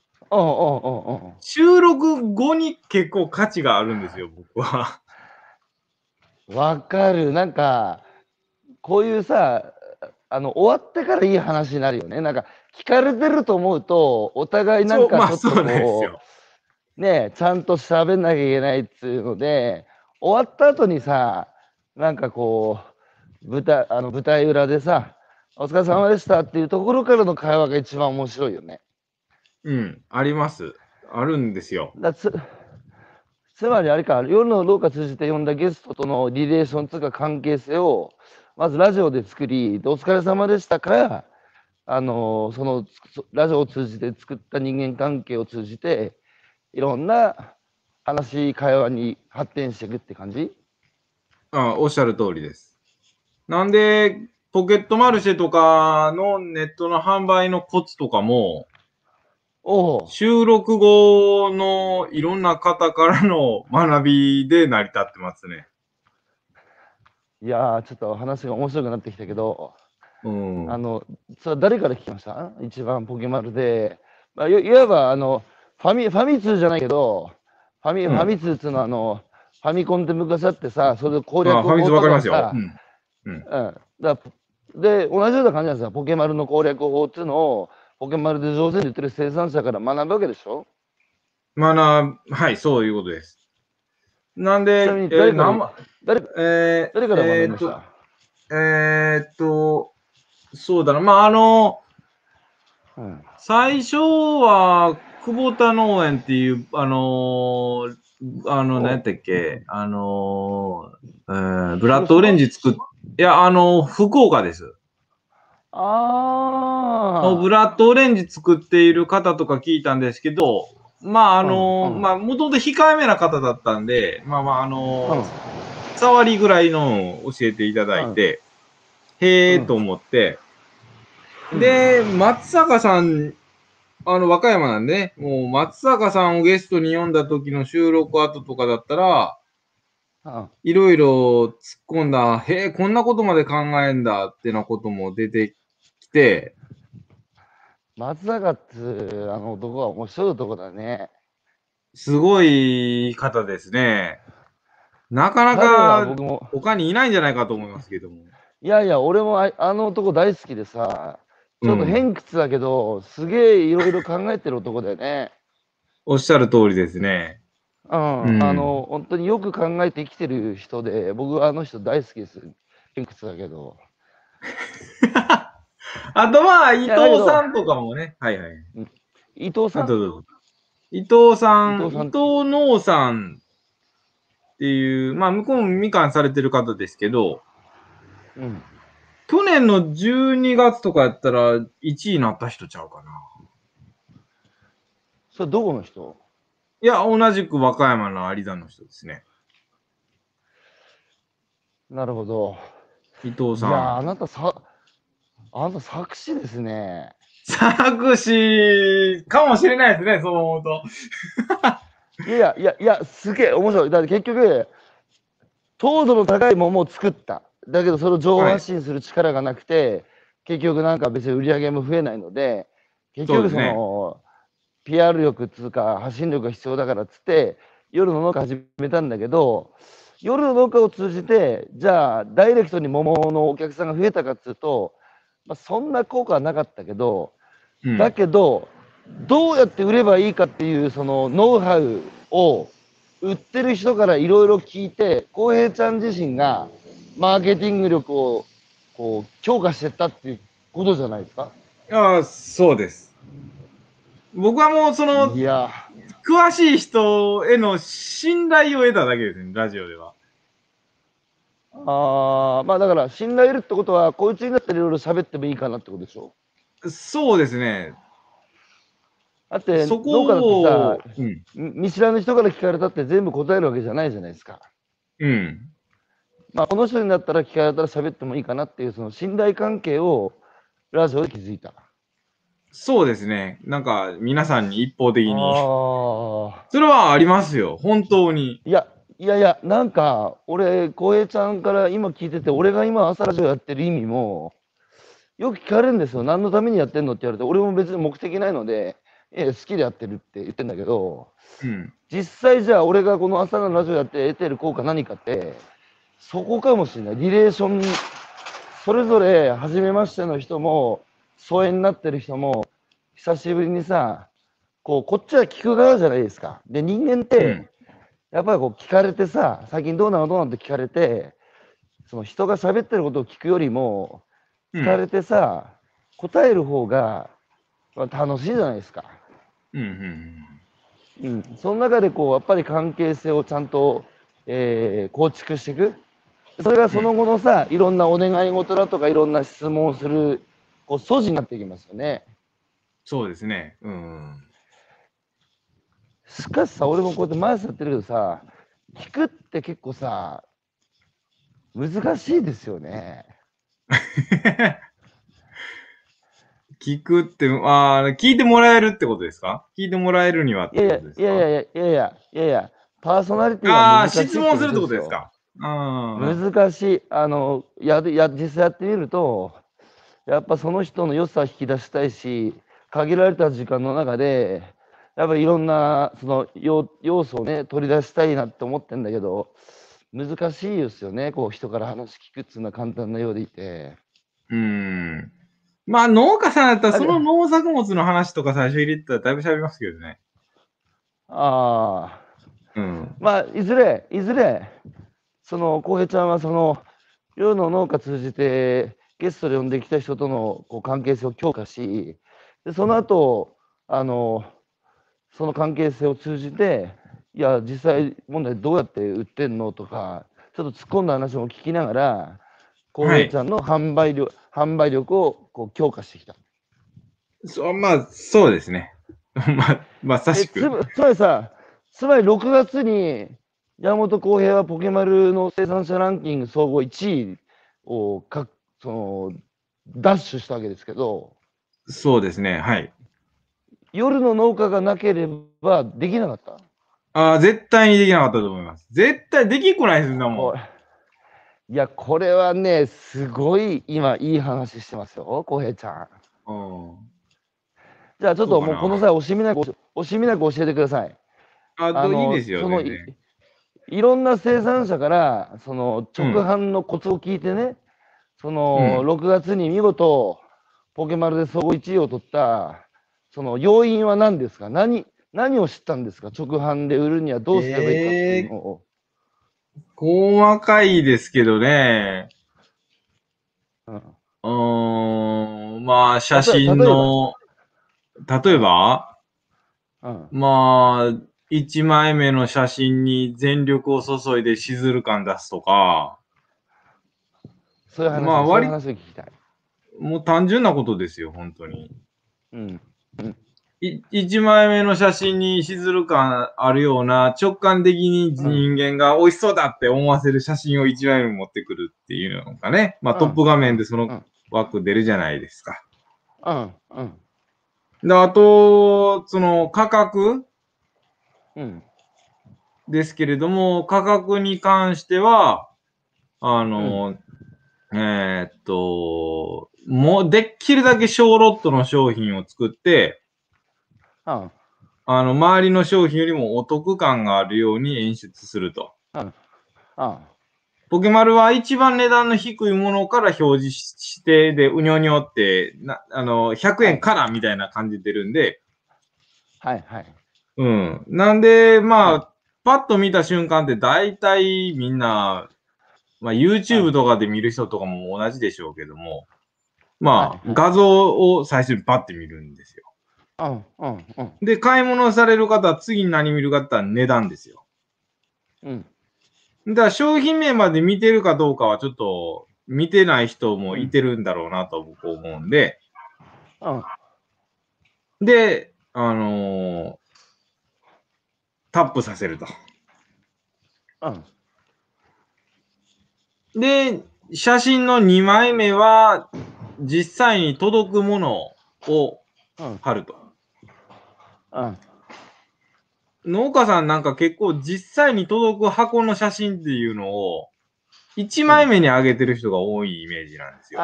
収録後に結構価値があるんですよ、僕は。 わかる。なんか、こういうさ、終わってからいい話になるよね。なんか、聞かれてると思うと、お互いなんかちょっとそうなんですよ。 こう、ね、ちゃんと喋んなきゃいけないっつうので、終わった後にさ、なんかこう、舞台裏でさ、お疲れ様でしたっていうところからの会話が一番面白いよね。 うん、あります。あるんですよ。 つまりあれか、夜の廊下通じて呼んだゲストとのリレーションとか関係性を、まずラジオで作り、でお疲れ様でしたから、ラジオを通じて作った人間関係を通じて、いろんな話、会話に発展していくって感じ。 おっしゃる通りです。なんで、ポケットマルシェとかのネットの販売のコツとかも、収録後のいろんな方からの学びで成り立ってますね。 いやー、ちょっと話が面白くなってきたけど、 うん。 それは誰から聞きました？一番ポケマルで、まあ、いわばファミ通じゃないけど、ファミ通っていうのはファミコンって昔あってさ、それで攻略ファミ通法とわかりますよ。 かさ、で、同じような感じなんですよ。ポケマルの攻略法っていうのを、ポケマルで上手に言ってる生産者から学ぶわけでしょ？ はい、そういうことです。なんで、 ちなみに誰から学びました？ そうだな。まあ、最初は、久保田農園っていう、何やったっけ、ブラッドオレンジ作っ、いや、福岡です。ブラッドオレンジ作っている方とか聞いたんですけど、まあ、まあ、もともと控えめな方だったんで、触りぐらいのを教えていただいて、へーと思って、で、松坂さん、和歌山なんでね、もう松坂さんをゲストに呼んだ時の収録後とかだったら、いろいろ突っ込んだ、へえ、こんなことまで考えんだってなことも出てきて、 松坂って男は面白い男だね。 すごい方ですね。なかなか他にいないんじゃないかと思いますけども。 いやいや、俺もあの男大好きでさ、ちょっと偏屈だけど、すげえいろいろ考えてる男だよね。 おっしゃる通りですね。 本当によく考えて生きてる人で、僕はあの人大好きです。偏屈だけど。 あとまあ、伊藤さんとかもね。はいはい。 伊藤さん伊藤さん、伊藤農さんっていう、まあ、向こうもみかんされてる方ですけど、去年の12月とかやったら1位になった人ちゃうかな。 それどこの人？ いや、同じく和歌山の有田の人ですね。 なるほど。 伊藤さん。 いや、あなた作詞ですね。 作詞かもしれないですね、そう思うと。 いや、すげえ面白い。だって結局、糖度の高い桃を作った。だけどそれを情報発信する力がなくて、結局なんか別に売り上げも増えないので、結局PR 力っつうか発信力が必要だからっつって夜の農家始めたんだけど、夜の農家を通じてじゃあダイレクトに桃のお客さんが増えたかっつうと、そんな効果はなかったけど、だけどどうやって売ればいいかっていうそのノウハウを売ってる人からいろいろ聞いて、浩平ちゃん自身がマーケティング力をこう強化してったっていうことじゃないですか。 ああ、そうです。僕はもういや、 詳しい人への信頼を得ただけですね、ラジオでは。 まあだから信頼得るってことは、こいつになったらいろいろ喋ってもいいかなってことでしょ。 そうですね。 だってそ農家だってさ、 こを、うん。 見知らぬ人から聞かれたって全部答えるわけじゃないじゃないですか。 うん。 まあこの人になったら聞かれたら喋ってもいいかなっていうその信頼関係をラジオで築いた。 そうですね。なんか、皆さんに一方的に。 ああ。 それはありますよ。本当に。 いや、いやいや、なんか、俺、浩平ちゃんから今聞いてて、俺が今朝ラジオやってる意味も、よく聞かれるんですよ。何のためにやってんのって言われて、俺も別に目的ないので、好きでやってるって言ってんだけど、 うん。 実際じゃあ俺がこの朝のラジオやって得てる効果何かって、そこかもしれない。リレーション、それぞれ初めましての人も、疎遠になってる人も、久しぶりにさ、こっちは聞く側じゃないですか。で、人間って、 うん。 やっぱり聞かれてさ、最近どうなのどうなのって聞かれて、その人が喋ってることを聞くよりも、聞かれうん。 てさ、答える方が楽しいじゃないですか。 うん。うん。 うん。その中でやっぱり関係性をちゃんと、構築していく。それがそのうん。 後のさ、いろんなお願い事だとか、いろんな質問をする、素地になっていきますよね。 そうですね。うん。 しかしさ、俺もこうやって毎朝やってるけどさ、聞くって結構さ、難しいですよね。 聞くって、聞いてもらえるってことですか？聞いてもらえるにはってこいやいや、 とですか？ パーソナリティがああー、 難しいってこ質問するってとですよ。 ことですか？あ難しい。実際やってみると、やっぱその人の良さを引き出したいし、限られた時間の中で、やっぱりいろんなその要素をね、取り出したいなって思ってんだけど、難しいですよね。人から話聞くっていうのは簡単なようでいて。 ー、うん。まあ、農家さんだったら、そのだから農作物の話とか最初入れてたらだいぶ喋りますけどね。 ああ、 うん。 まあ、いずれ、その、浩平ちゃんは夜の農家通じてゲストで呼んできた人との関係性を強化し、で、その後、あの、その関係性を通じて、いや、実際問題どうやって売ってんのとか、ちょっと突っ込んだ話も聞きながら、浩はい。 平ちゃんの販売力を強化してきた。 まあ、そうですね。まさしく。 つまり6月に山本浩平はポケマルの生産者ランキング総合1位をそのダッシュしたわけですけど、 そうですね。はい。 夜の農家がなければできなかった。 ああ、絶対にできなかったと思います。絶対できっこないですんだもこれ、いや、これはね、すごい今いい話してますよ、浩平ちゃん。 ん。うん。 じゃあちょっそうともうこのかな。 際惜しみなく教えてください。 いいですよ、全然。 いろんな生産者からその直うん。 販のコツを聞いてね、 うん。 6月に見事ポケマルで総合1位を取ったその要因は何ですか？何を知ったんですか？直販で売るにはどうすればいいかっていうのええ、 を。 細かいですけどね。 うん、 まあ、写真例えば、 の、例えうん、 ば、 うん、 まあ、1枚目の写真に全力を注いでシズル感出すとか、まあ、 そういう話を聞きたい。 もう単純なことですよ、本当に。 うん、うん、 1枚目の写真にしずる感あるような、直感的にうん、 人間が美味しそうだって思わせる写真を1枚目持ってくるっていうのがね、まあうん、 トップ画うん、 面でそのうん、 枠出るじゃないですか。 うん、うん、 で、あと、その価格うん、 ですけれども、価格に関しては、あうん、 の、もうできるだけ小ロットの商品を作って、 うん、 周りの商品よりもお得感があるように演出すると。 うん、うん、 ポケマルは一番値段の低いものから表示して、で、うにょうにょって、100 はい、 円からみたいな感じで出るんで、 はい、はい、 うん。なんで、 うん、 まあ、 パッと見た瞬間って大体みんな、まあ、YouTube とかで見る人とかも同じでしょうけども、まあ、画像を最初にパッて見るんですよ。で、買い物される方は次に何見るかって言ったら値段ですよ。だから商品名まで見てるかどうかはちょっと見てない人もいてるんだろうなと僕思うんで、で、タップさせると。で、写真の2枚目は実際に届くものを貼ると。農家さんなんか結構実際に届く箱の写真っていうのを1枚目に上げてる人が多いイメージなんですよ。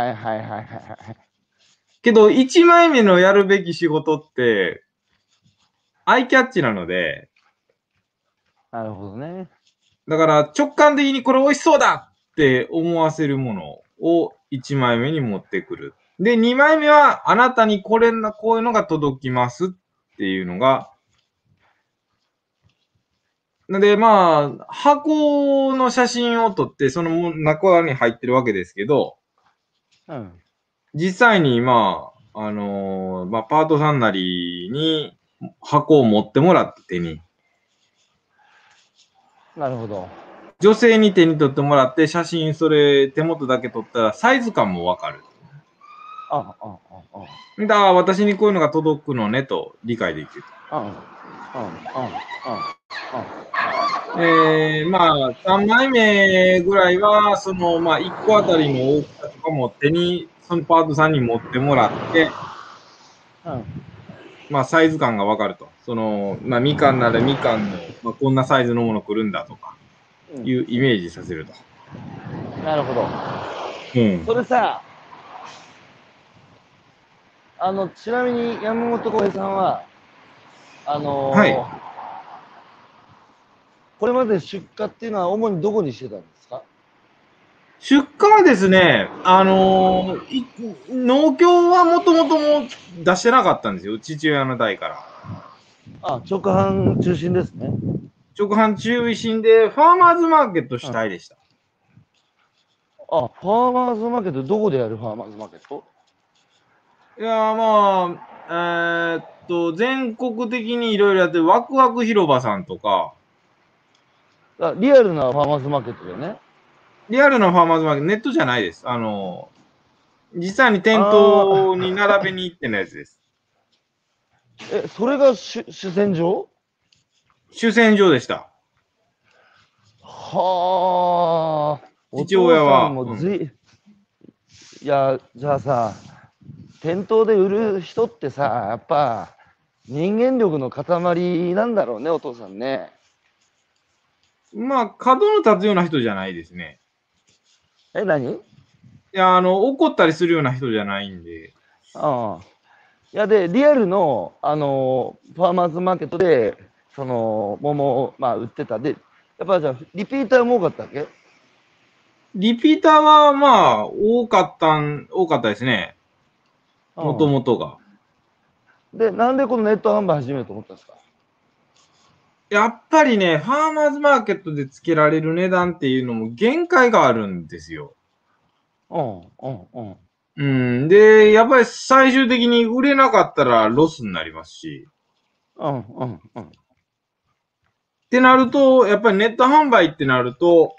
けど1枚目のやるべき仕事ってアイキャッチなので、 なるほどね。 だから直感的にこれ美味しそうだって思わせるものを1枚目に持ってくる。で、2枚目はあなたにこういうのが届きますっていうのが、で、まあ、箱の写真を撮って、その中に入ってるわけですけど、実際に、まあ、パートさんなりに箱を持ってもらって手に。 なるほど。 女性に手に取ってもらって、写真、それ、手元だけ撮ったら、サイズ感もわかる。だから私にこういうのが届くのねと理解できる。まあ、3枚目ぐらいは、その、まあ、1個あたりの大きさとかも手に、そのパートさんに持ってもらって、まあ、サイズ感がわかると。その、まあ、みかんならみかんの、まあ、こんなサイズのもの来るんだとか、いうイメージさせると。 なるほど。それさ、ちなみに山本浩平さんは、これまで出荷っていうのは主にどこにしてたんですか？ 出荷はですね、農協はもともとも出してなかったんですよ、父親の代から。 直販中心ですね。 直販中心で、ファーマーズマーケット主体でした。 ファーマーズマーケット、どこでやるファーマーズマーケット？ いや、まあ、全国的にいろいろやってる、ワクワク広場さんとか。 リアルなファーマーズマーケットだよね。 リアルなファーマーズマーケット、ネットじゃないです。実際に店頭に並べに行ってのやつです。 それが主戦場？ 主戦場でした。 はあ。 父親は。 いや、じゃあさ、店頭で売る人ってさ、やっぱ人間力の塊なんだろうね、お父さんね。 まあ、角の立つような人じゃないですね。 何？ いや、怒ったりするような人じゃないんで。 いや、で、リアルの、ファーマーズマーケットで、その、桃を、まあ、売ってた。で、やっぱじゃあ、リピーターも多かったわけ？ リピーターは、まあ、多かったですね。もともとが。 で、なんでこのネット販売始めようと思ったんですか？ やっぱりね、ファーマーズマーケットでつけられる値段っていうのも限界があるんですよ。で、やっぱり最終的に売れなかったらロスになりますし。ってなると、やっぱりネット販売ってなると、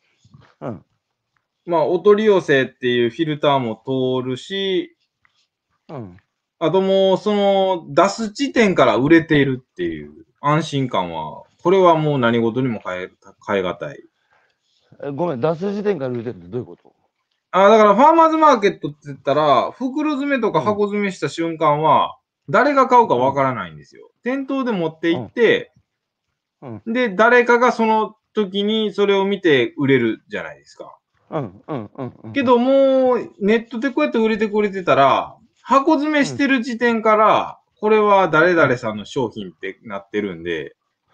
まあ、お取り寄せっていうフィルターも通るし、あともう、その、出す時点から売れているっていう安心感は、これはもう何事にも変え難い。 ごめん、出す時点から売れてるってどういうこと？ だからファーマーズマーケットって言ったら、袋詰めとか箱詰めした瞬間は、誰が買うかわからないんですよ。店頭で持って行って、で、誰かがその時にそれを見て売れるじゃないですか。けどもう、ネットでこうやって売れてくれてたら、箱詰めしてる時点から、これは誰々さんの商品ってなってるんで。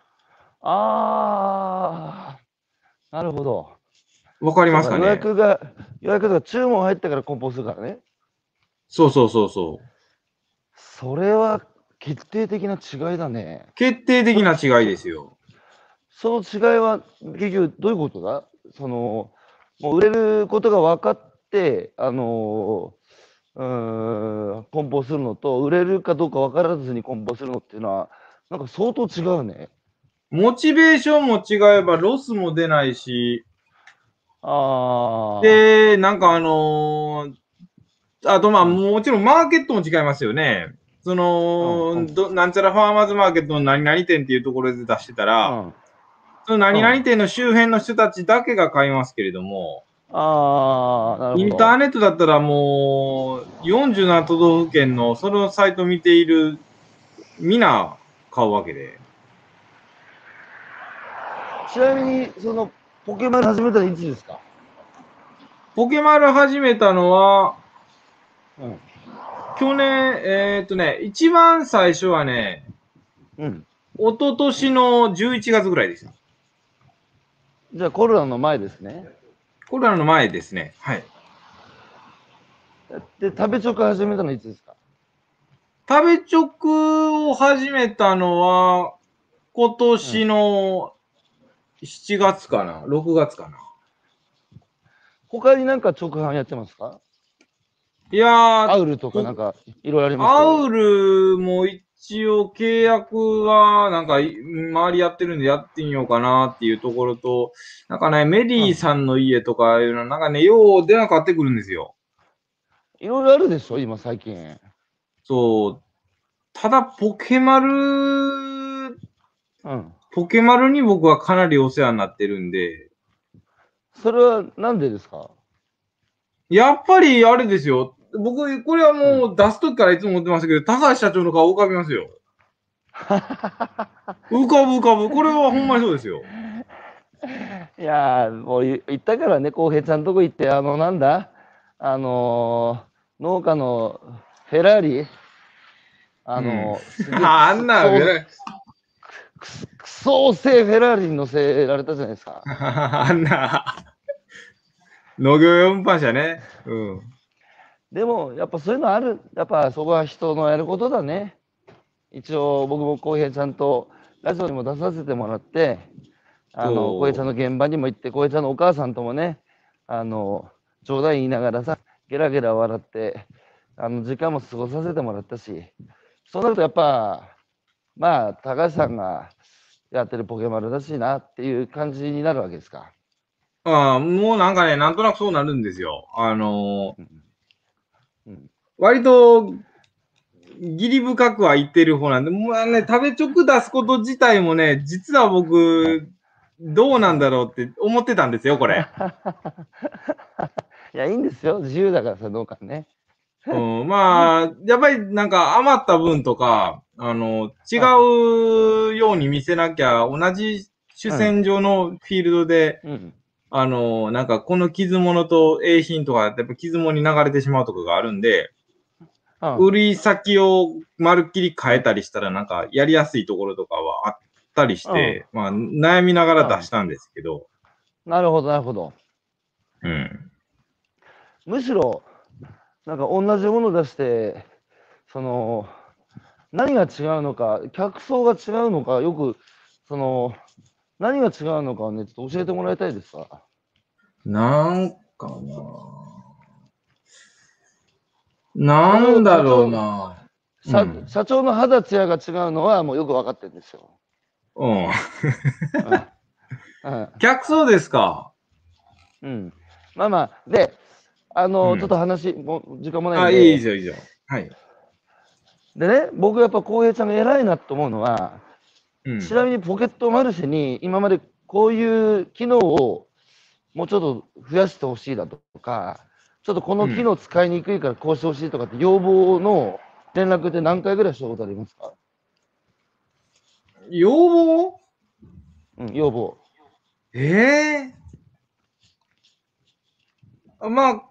なるほど。 わかりますかね？ 予約が注文入ってから梱包するからね。 そう。 それは決定的な違いだね。 決定的な違いですよ。 その違いは結局どういうことだ？もう売れることが分かって、梱包するのと、売れるかどうか分からずに梱包するのっていうのは、なんか相当違うね。 モチベーションも違えばロスも出ないし、 あで、なんかあとまあ、 うんもちろんマーケットも違いますよね。なんちゃらファーマーズマーケットの何々店っていうところで出してたら、その何々店の周辺の人たちだけが買いますけれども、 なるほど。 インターネットだったらもう47都道府県のそのサイトを見ている皆買うわけで。 ちなみに、ポケマル始めたのいつですか？ ポケマル始めたのは、 うん。 去年、一番最初はね、 うん。 一昨年の11月ぐらいですよ。 じゃあコロナの前ですね。 コロナの前ですね。はい。 で、食べチョク始めたのいつですか？ 食べチョクを始めたのは、今うん。 年の7月かな ?6 月かな。 他になんか直販やってますか？ いやー、 アウルとかなんかいろいろありますけど。 アウルも一応契約はなんか周りやってるんでやってみようかなっていうところと、なんかね、メリーさんの家とかいうのはなんかね、よう電話かかってくるんですよ。 いろいろあるでしょ、今最近。 そう。ただ、 うん。 ポケマルに僕はかなりお世話になってるんで、 それはなんでですか？ やっぱりあれですよ。僕、これはうん。 もう出すときからいつも思ってましたけど、高橋社長の顔浮かびますよ。浮かぶ浮かぶ。これはほんまにそうですよ。 いやー、もう言ったからね、浩平ちゃんとこ行って、なんだ農家のフェラーリ、 うん。 すげえあんな、 クソ遅いフェラーリに乗せられたじゃないですか。 あんな、農業用運搬車ね。うん。 でも、やっぱそういうのある。やっぱそこは人のやることだね。一応、僕も浩平ちゃんとラジオにも出させてもらって、浩平ちゃんのそ現場にも行って、浩平ちゃんのお母さんともね、冗談言いながらさ、ゲラゲラ笑って、時間も過ごさせてもらったし、そうなるとやっぱ、まあ、高橋さんがやってるポケマルだしなっていう感じになるわけですか。 う。もうなんかね、なんとなくそうなるんですよ。 うん。 割と、義理深くは言ってる方なんで、もうね、食べ直出すこと自体もね、実は僕、どうなんだろうって思ってたんですよ、これ。 いや、いいんですよ。自由だからさ、どうかね。 うん、まあ、やっぱりなんか余った分とか、違うん。 うように見せなきゃ、同じ主うん。 戦場のフィールドで、 うん。 なんかこの傷物と A 品とか、やっぱ傷物に流れてしまうとかがあるんで、 うん。 売り先をまるっきり変えたりしたら、なんかやりやすいところとかはあったりしうん。 て、まあ悩みながうん。 ら出したんですけど、 なるほど、なるほど。 うん。 むしろ、なんか同じもの出して、その、何が違うのか、客層が違うのか、よく、その、何が違うのかをね、ちょっと教えてもらいたいですわ。 なんかなんだろうな。うん。 社長の肌ツヤが違うのはもうよく分かってるんですよ。 うん。 うん。うん。 客層ですか。 うん。まあまあ、で、ちょっとうん。 話、もう時間もないんあ、いいでで、 すよ、いいですよ。はい。 でね、僕やっぱ浩平ちゃんが偉いなと思うのは、ちなうん。 みにポケットマルシェに今までこういう機能をもうちょっと増やしてほしいだとか、ちょっとこの機うん。 能使いにくいからこうしてほしいとかって要望の連絡って何回ぐらいしたことありますか？ 要望うん、要望。 ええまあ、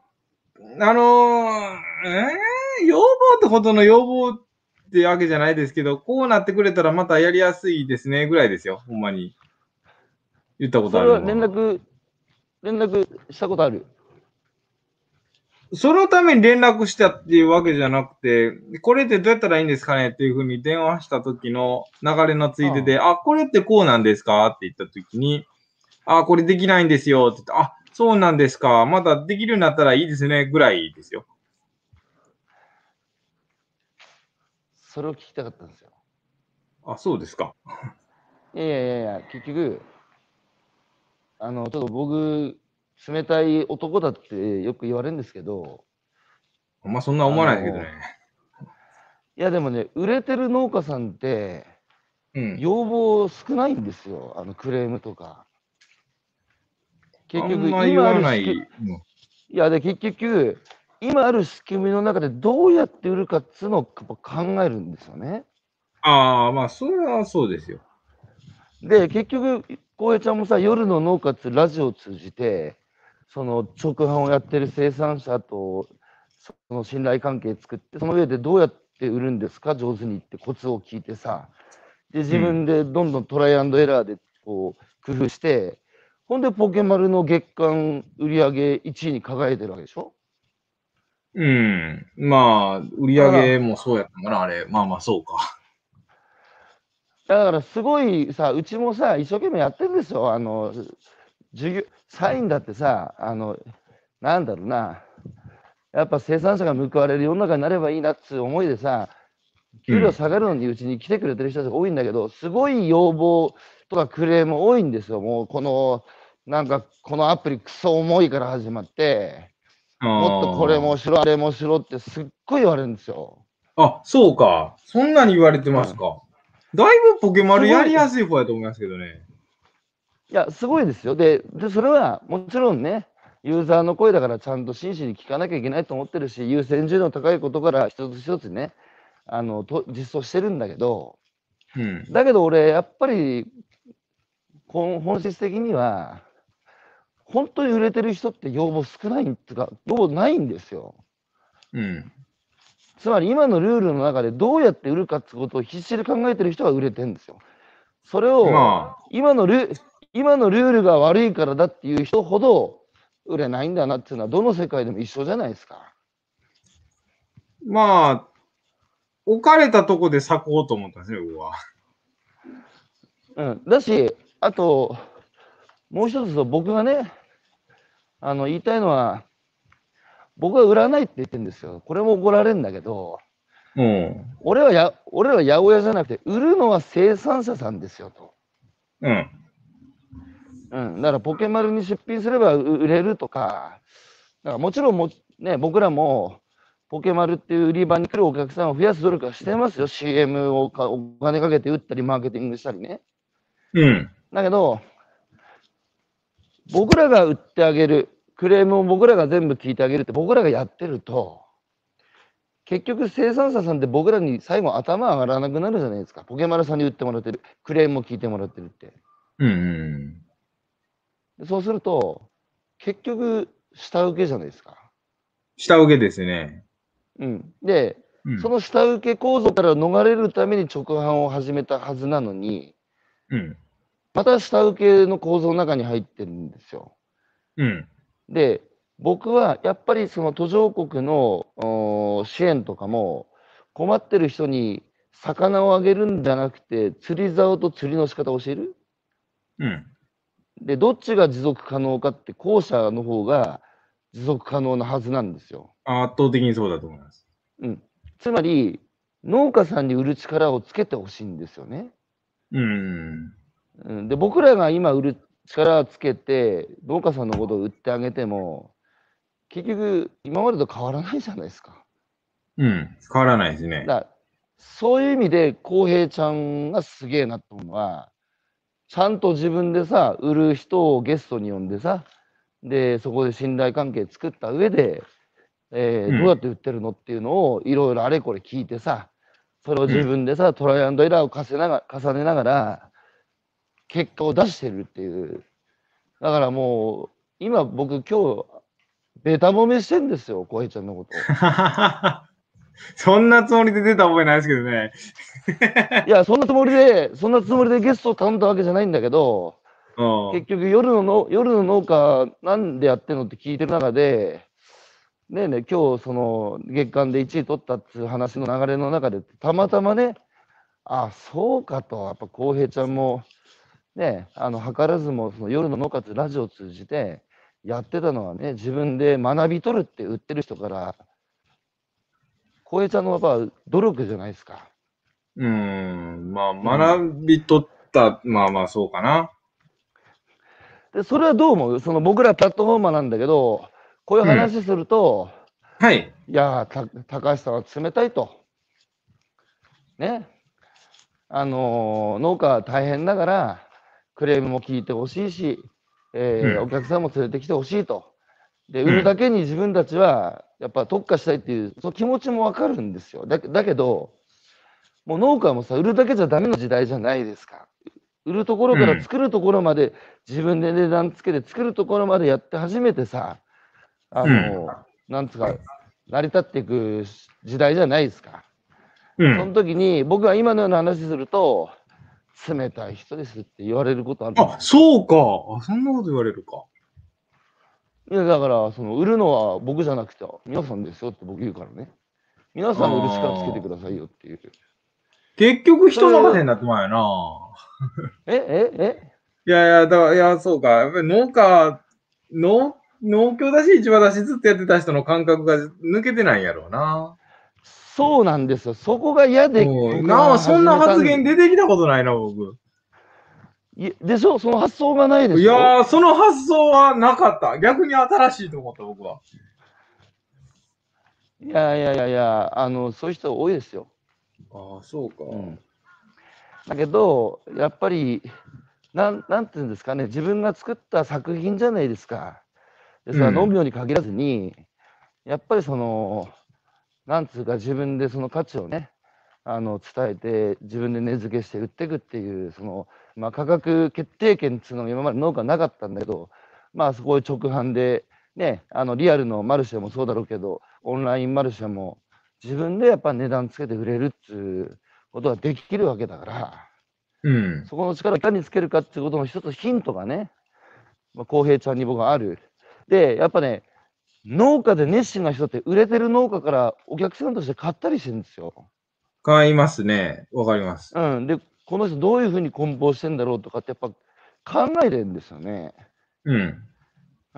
要望ってほどの要望ってわけじゃないですけど、こうなってくれたらまたやりやすいですね、ぐらいですよ。ほんまに。言ったことそれはあるのは。 連絡したことある？ そのために連絡したっていうわけじゃなくて、これってどうやったらいいんですかねっていうふうに電話した時の流れのついでで、あ、これってこうなんですかって言った時に、あ、これできないんですよって言って、あ、そうなんですか。まだできるようになったらいいですね、ぐらいですよ。 それを聞きたかったんですよ。 あ、そうですか。 いやいやいやいや、結局、ちょっと僕、冷たい男だってよく言われるんですけど、 まあそんな思わないですけどね。 いやでもね、売れてる農家さんって、 うん。 要望少ないんですよ、クレームとか。結局、 あんま言今あわない。 るいや、で、結局、今ある仕組みの中でどうやって売るかっつうのをやっぱ考えるんですよね。 ああ、まあそれはそうですよ。 で、結局、浩平ちゃんもさ、夜の農家っつうラジオを通じて、その直販をやってる生産者と、その信頼関係作って、その上でどうやって売るんですか、上手にってコツを聞いてさ、で、自分でどんどんトライアンドエラーでこう工夫して、ほんでポケマルの月間売り上げ1位に輝いてるわけでしょ。 うん。まあ、売りだから、 上げもそうやったかな、あれ。まあまあ、そうか。 すごいさ、うちもさ、一生懸命やってるんですよ。授業、社員だってさ、なんだろうな、やっぱ生産者が報われる世の中になればいいなっつう思いでさ、給料うん。 下がるのにうちに来てくれてる人たちが多いんだけど、すごい要望とかクレーム多いんですよ。もうなんかこのアプリクソ重いから始まって、もっとこれもあしろ、あれもしろってすっごい言われるんですよ。 あ。あ、そうか。そんなに言われてうん。 ますか。だいぶポケマルやすごい、いりやすい方やと思いますけどね。 や、すごいですよ。で、それはもちろんね、ユーザーの声だからちゃんと真摯に聞かなきゃいけないと思ってるし、優先順位の高いことから一つ一つね、実装してるんだけど、 うん。 だけど俺、やっぱり本質的には、本当に売れてる人って要望少ないっていうか、要望ないんですよ。 うん。 つまり今のルールの中でどうやって売るかってことを必死で考えてる人が売れてるんですよ。それをまあ、 今のルールが悪いからだっていう人ほど売れないんだなっていうのはどの世界でも一緒じゃないですか。 まあ、置かれたとこで咲こうと思ったんですね、僕は。 うん、だし、あと、もう一つ僕がね、言いたいのは、僕は売らないって言ってるんですよ。これも怒られるんだけど、 うん。 俺らは八百屋じゃなくて、売るのは生産者さんですよと。 うん。 うん、だからポケマルに出品すれば売れるとか、だからもちろんね、僕らもポケマルっていう売り場に来るお客さんを増やす努力はしてますよ。CM をお金かけて売ったり、マーケティングしたりね。 うん。 だけど、僕らが売ってあげる、クレームを僕らが全部聞いてあげるって僕らがやってると、結局生産者さんって僕らに最後頭上がらなくなるじゃないですか。ポケマルさんに売ってもらってる。クレームも聞いてもらってるって。 うん。 そうすると、結局、下請けじゃないですか。 下請けですね。 うん。で、 うん。 その下請け構造から逃れるために直販を始めたはずなのに、 うん。 また下請けの構造の中に入ってるんですよ。 うん。 で、僕はやっぱりその途上国の支援とかも困ってる人に魚をあげるんじゃなくて釣り竿と釣りの仕方を教える。 うん。 で、どっちが持続可能かって後者の方が持続可能なはずなんですよ。 圧倒的にそうだと思います。 うん。つまり農家さんに売る力をつけてほしいんですよね。 うん。 うん、で、僕らが今売る力をつけて農家さんのことを売ってあげても結局今までと変わらないじゃないですか。 うん。変わらないですね。 だそういう意味で浩平ちゃんがすげえなと思うのはちゃんと自分でさ売る人をゲストに呼んでさでそこで信頼関係作った上で、どうやっうん。 て売ってるのっていうのをいろいろあれこれ聞いてさそれを自うん。 分でさトライアンドエラーを重ねながら結果を出してるっていうだからもう今僕今日ベタ褒めしてんですよ浩平ちゃんのこと。 そんなつもりで出た覚えないですけどね。 いや、そんなつもりでゲストを頼んだわけじゃないんだけど、 うん。 結局夜の農家なんでやってんのって聞いてる中で、 ねえね、今日その月間で1位取ったっていう話の流れの中で、たまたまね、あ、そうかと、やっぱ浩平ちゃんも、ね、図らずもその夜の農家とラジオを通じてやってたのはね、自分で学び取るって売ってる人から、浩平ちゃんのやっぱ努力じゃないですか。 まあ、 うん。 学び取った、まあまあ、そうかな。 で、それはどう思う？その僕らプラットフォーマーなんだけど、こういううん。 話すると、 はい。 いやー、高橋さんは冷たいと。ね。農家大変だから、クレームも聞いてほしいし、おうん。 客さんも連れてきてほしいと。で、売るだうん。 けに自分たちは、やっぱ特化したいっていう、その気持ちもわかるんですよ。だけど、もう農家もさ、売るだけじゃダメな時代じゃないですか。売るところからうん。 作るところまで、自分で値段つけて作るところまでやって初めてさ、 うん。 なんつうか、成り立っていく時代じゃないですか。そのうん。 時に、僕は今のような話すると、冷たい人ですって言われることあるんあ、 ですよ。 そうか。あ、そんなこと言われるか。 いや、だから、売るのは僕じゃなくて、皆さんですよって僕言うからね。皆さんが売る力つけてくああ。 ださいよっていう。 結局それ、 人任せになってまうよな。 えいやいや、だから、いや、そうか。やっぱり農協だし、市場だしずっとやってた人の感覚が抜けてないんやろうな。 そうなんですよ。そこが嫌でうん。 僕はそん始な発めたんで、 言出てきたことないな、僕。 でしょ？その発想がないでしょ？ いやー、その発想はなかった。逆に新しいと思った、僕は。 いやいやいやいや、そういう人多いですよ。 ああ、そうか。 うん。だけど、やっぱり、なんていうんですかね、自分が作った作品じゃないですか。でさ、農うん。 業に限らずに、やっぱりなんつうか自分でその価値をね、伝えて、自分で値付けして売っていくっていう、まあ、価格決定権っていうのが今まで農家なかったんだけど、まあ、そこで直販で、ね、リアルのマルシェもそうだろうけど、オンラインマルシェも、自分でやっぱ値段つけて売れるっていうことができるわけだから、 うん。 そこの力をいかにつけるかっていうことの一つヒントがね、まあ、浩平ちゃんに僕はある。で、やっぱね、農家で熱心な人って売れてる農家からお客さんとして買ったりしてるんですよ。 買いますね。わかります。 うん。で、この人どういうふうに梱包してんだろうとかってやっぱ考えてるんですよね。 うん。 うん。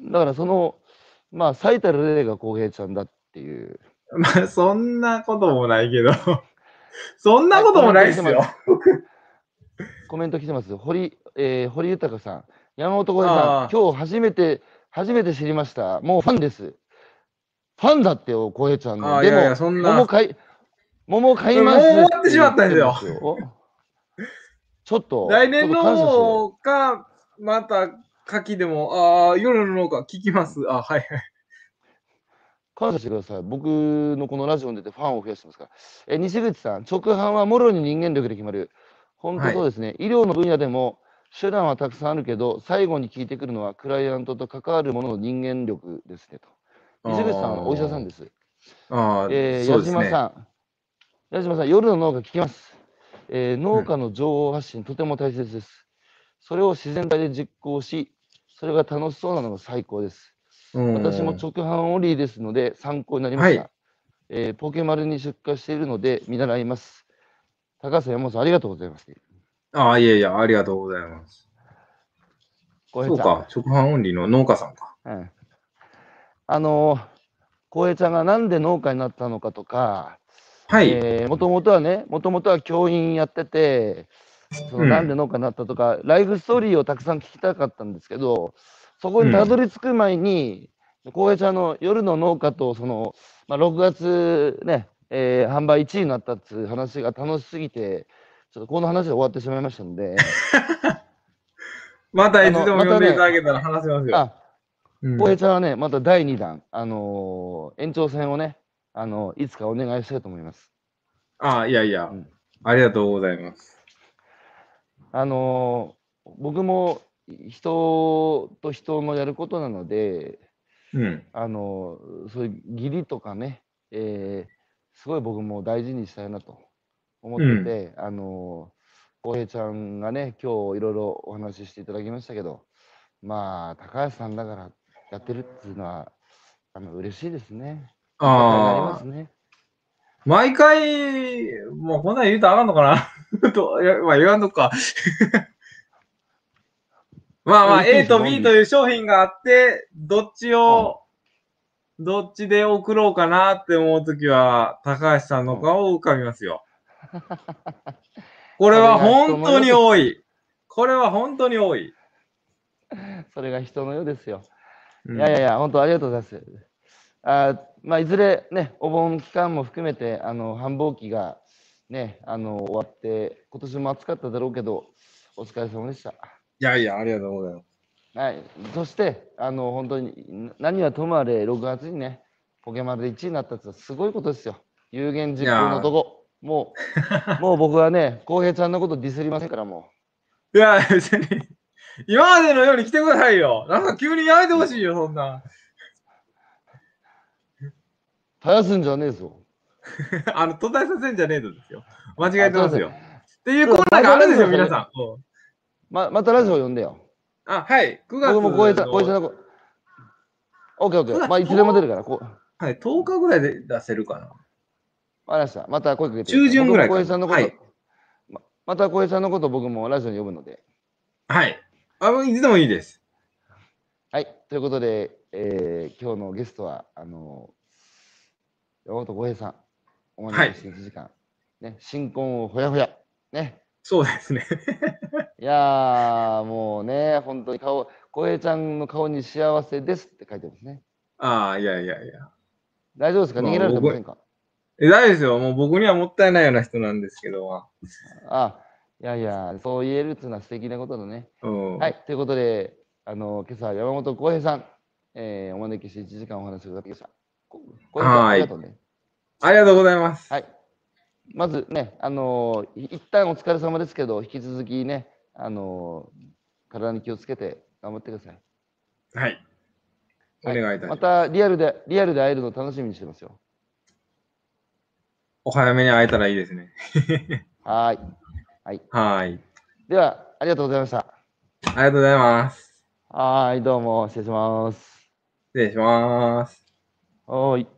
だからまあ最たる例が浩平ちゃんだっていう。 まあ、そんなこともないけどそんなはい、 こともコメンないっすよ。 ト来てます。コメント来てます。堀豊さん。山本浩平さん、 あ今日初めて知りました。もうファンです。ファンだってよ、浩平ちゃんの。 あ、いやいや、 でも、 そんな、 桃買いもうますっ終わってしまて言ってったんですよ。 ますよ。 来年ちょっと感謝して。 のか、また、夏季でも、夜の農家聞きます。あ、はいはい。 感謝してください。僕のこのラジオに出てファンを増やしてますから。西口さん、直販はもろに人間力で決まる。本当はい。 そうですね。医療の分野でも手段はたくさんあるけど、最後に効いてくるのはクライアントと関わるものの人間力ですねと。西口さん、お医者さんです。 そう矢ですね。 島さん、夜の農家聞きます。 うん。 農家の情報発信、とても大切です。それを自然体で実行し、それが楽しそうなのが最高です。 う私もん。 直販オンリーですので参考になりまはい。 した。ポケマルに出荷しているので見習います。高橋さん、山本さん、ありがとうございます。 いえいえ、ありがとうございます。 浩平ちゃん。 そうか、直販オンリーの農家さんか。 うん。あの浩平ちゃんがなんで農家になったのかとか、 はい。 もともとは教員やってて、なんでうん。 農家になったとか、ライフストーリーをたくさん聞きたかったんですけど、そこにたどうん。 り着く前に、浩平ちゃんの夜の農家と、まあ、6月ね、販売1位になったっていう話が楽しすぎて、ちょっとこの話で終わってしまいましたので、 またいつでも呼んでいたまたね、 だけたら話しますよ。 あ、浩平うん。 ちゃんはね、また第2弾、延長戦をね、いつかお願いしたいと思います。 いやいや、 うん。 ありがとうございます。 僕も人と人のやることなので、 うん。 そういう義理とかね、すごい僕も大事にしたいなと思っうん。 てて、浩平ちゃんがね、今日いろいろお話ししていただきましたけど、まあ、高橋さんだからやってるっていうのは、 嬉しいですね。味方になりますね。 毎回、もうこんなん言うとあかんのかなと、まあ言わんとくか。まあまあ、 いいで A としょ B という商品があって、どっちで送ろうかなって思うときは、高橋さんの顔を浮かびますよ。これは本当に多い。これは本当に多い。 それが人のようですよ。 うん、 いやいやいや、本当ありがとうございます。まあ、いずれね、お盆期間も含めて、繁忙期がね、終わって、今年も暑かっただろうけど、お疲れ様でした。 いやいや、ありがとうございます。 はい、そして、本当に、何はともあれ、6月にね、ポケマルで1位になったってすごいことですよ。有言実行のとこ。もう僕はね、浩平ちゃんのことディスりませんから、もう。いや、別に、今までのように来てくださいよ。なんか急にやめてほしいよ、そんな。 絶やすんじゃねえぞ。 途絶えさせんじゃねえとですよ。間違えてますよ。っていうココーナーがあるんですよ、皆さん。 またラジオ呼んでよ。 はい。9月僕も浩平ちゃんのこと。オッケーオッケー。まあ、いつでも出るから。 はい、10日ぐらいで出せるかな。 わかりました。また声かけて。 中旬ぐらいかな。 僕も浩平さんのこと、また浩平さんのこと僕もラジオに呼ぶので。 はい。いつでもいいです。 はい。ということで、今日のゲストは、山本浩平さん、お招きして1時間、ね、新婚をほやほや。ね。 そうですね。 いやー、もうね、本当に浩平ちゃんの顔に幸せですって書いてますね。 いやいやいや。 大丈夫ですか、逃げられてませんか？ 大丈夫ですよ。もう僕にはもったいないような人なんですけど。 いやいや、そう言えるっていうのは素敵なことだね。 はい。 ということで、今朝は山本浩平さん、お招きして1時間お話を伺ってきました。浩平さん、ありがとうね。 ありがとうございます。 はい。まずね、一旦お疲れ様ですけど、引き続きね、体に気をつけて頑張ってください。 はい。お願いいたします。 またリアルで会えるの楽しみにしてますよ。 お早めに会えたらいいですね。 はい。では、ありがとうございました。 ありがとうございます。 はい、どうも、失礼します。 失礼します。 はい。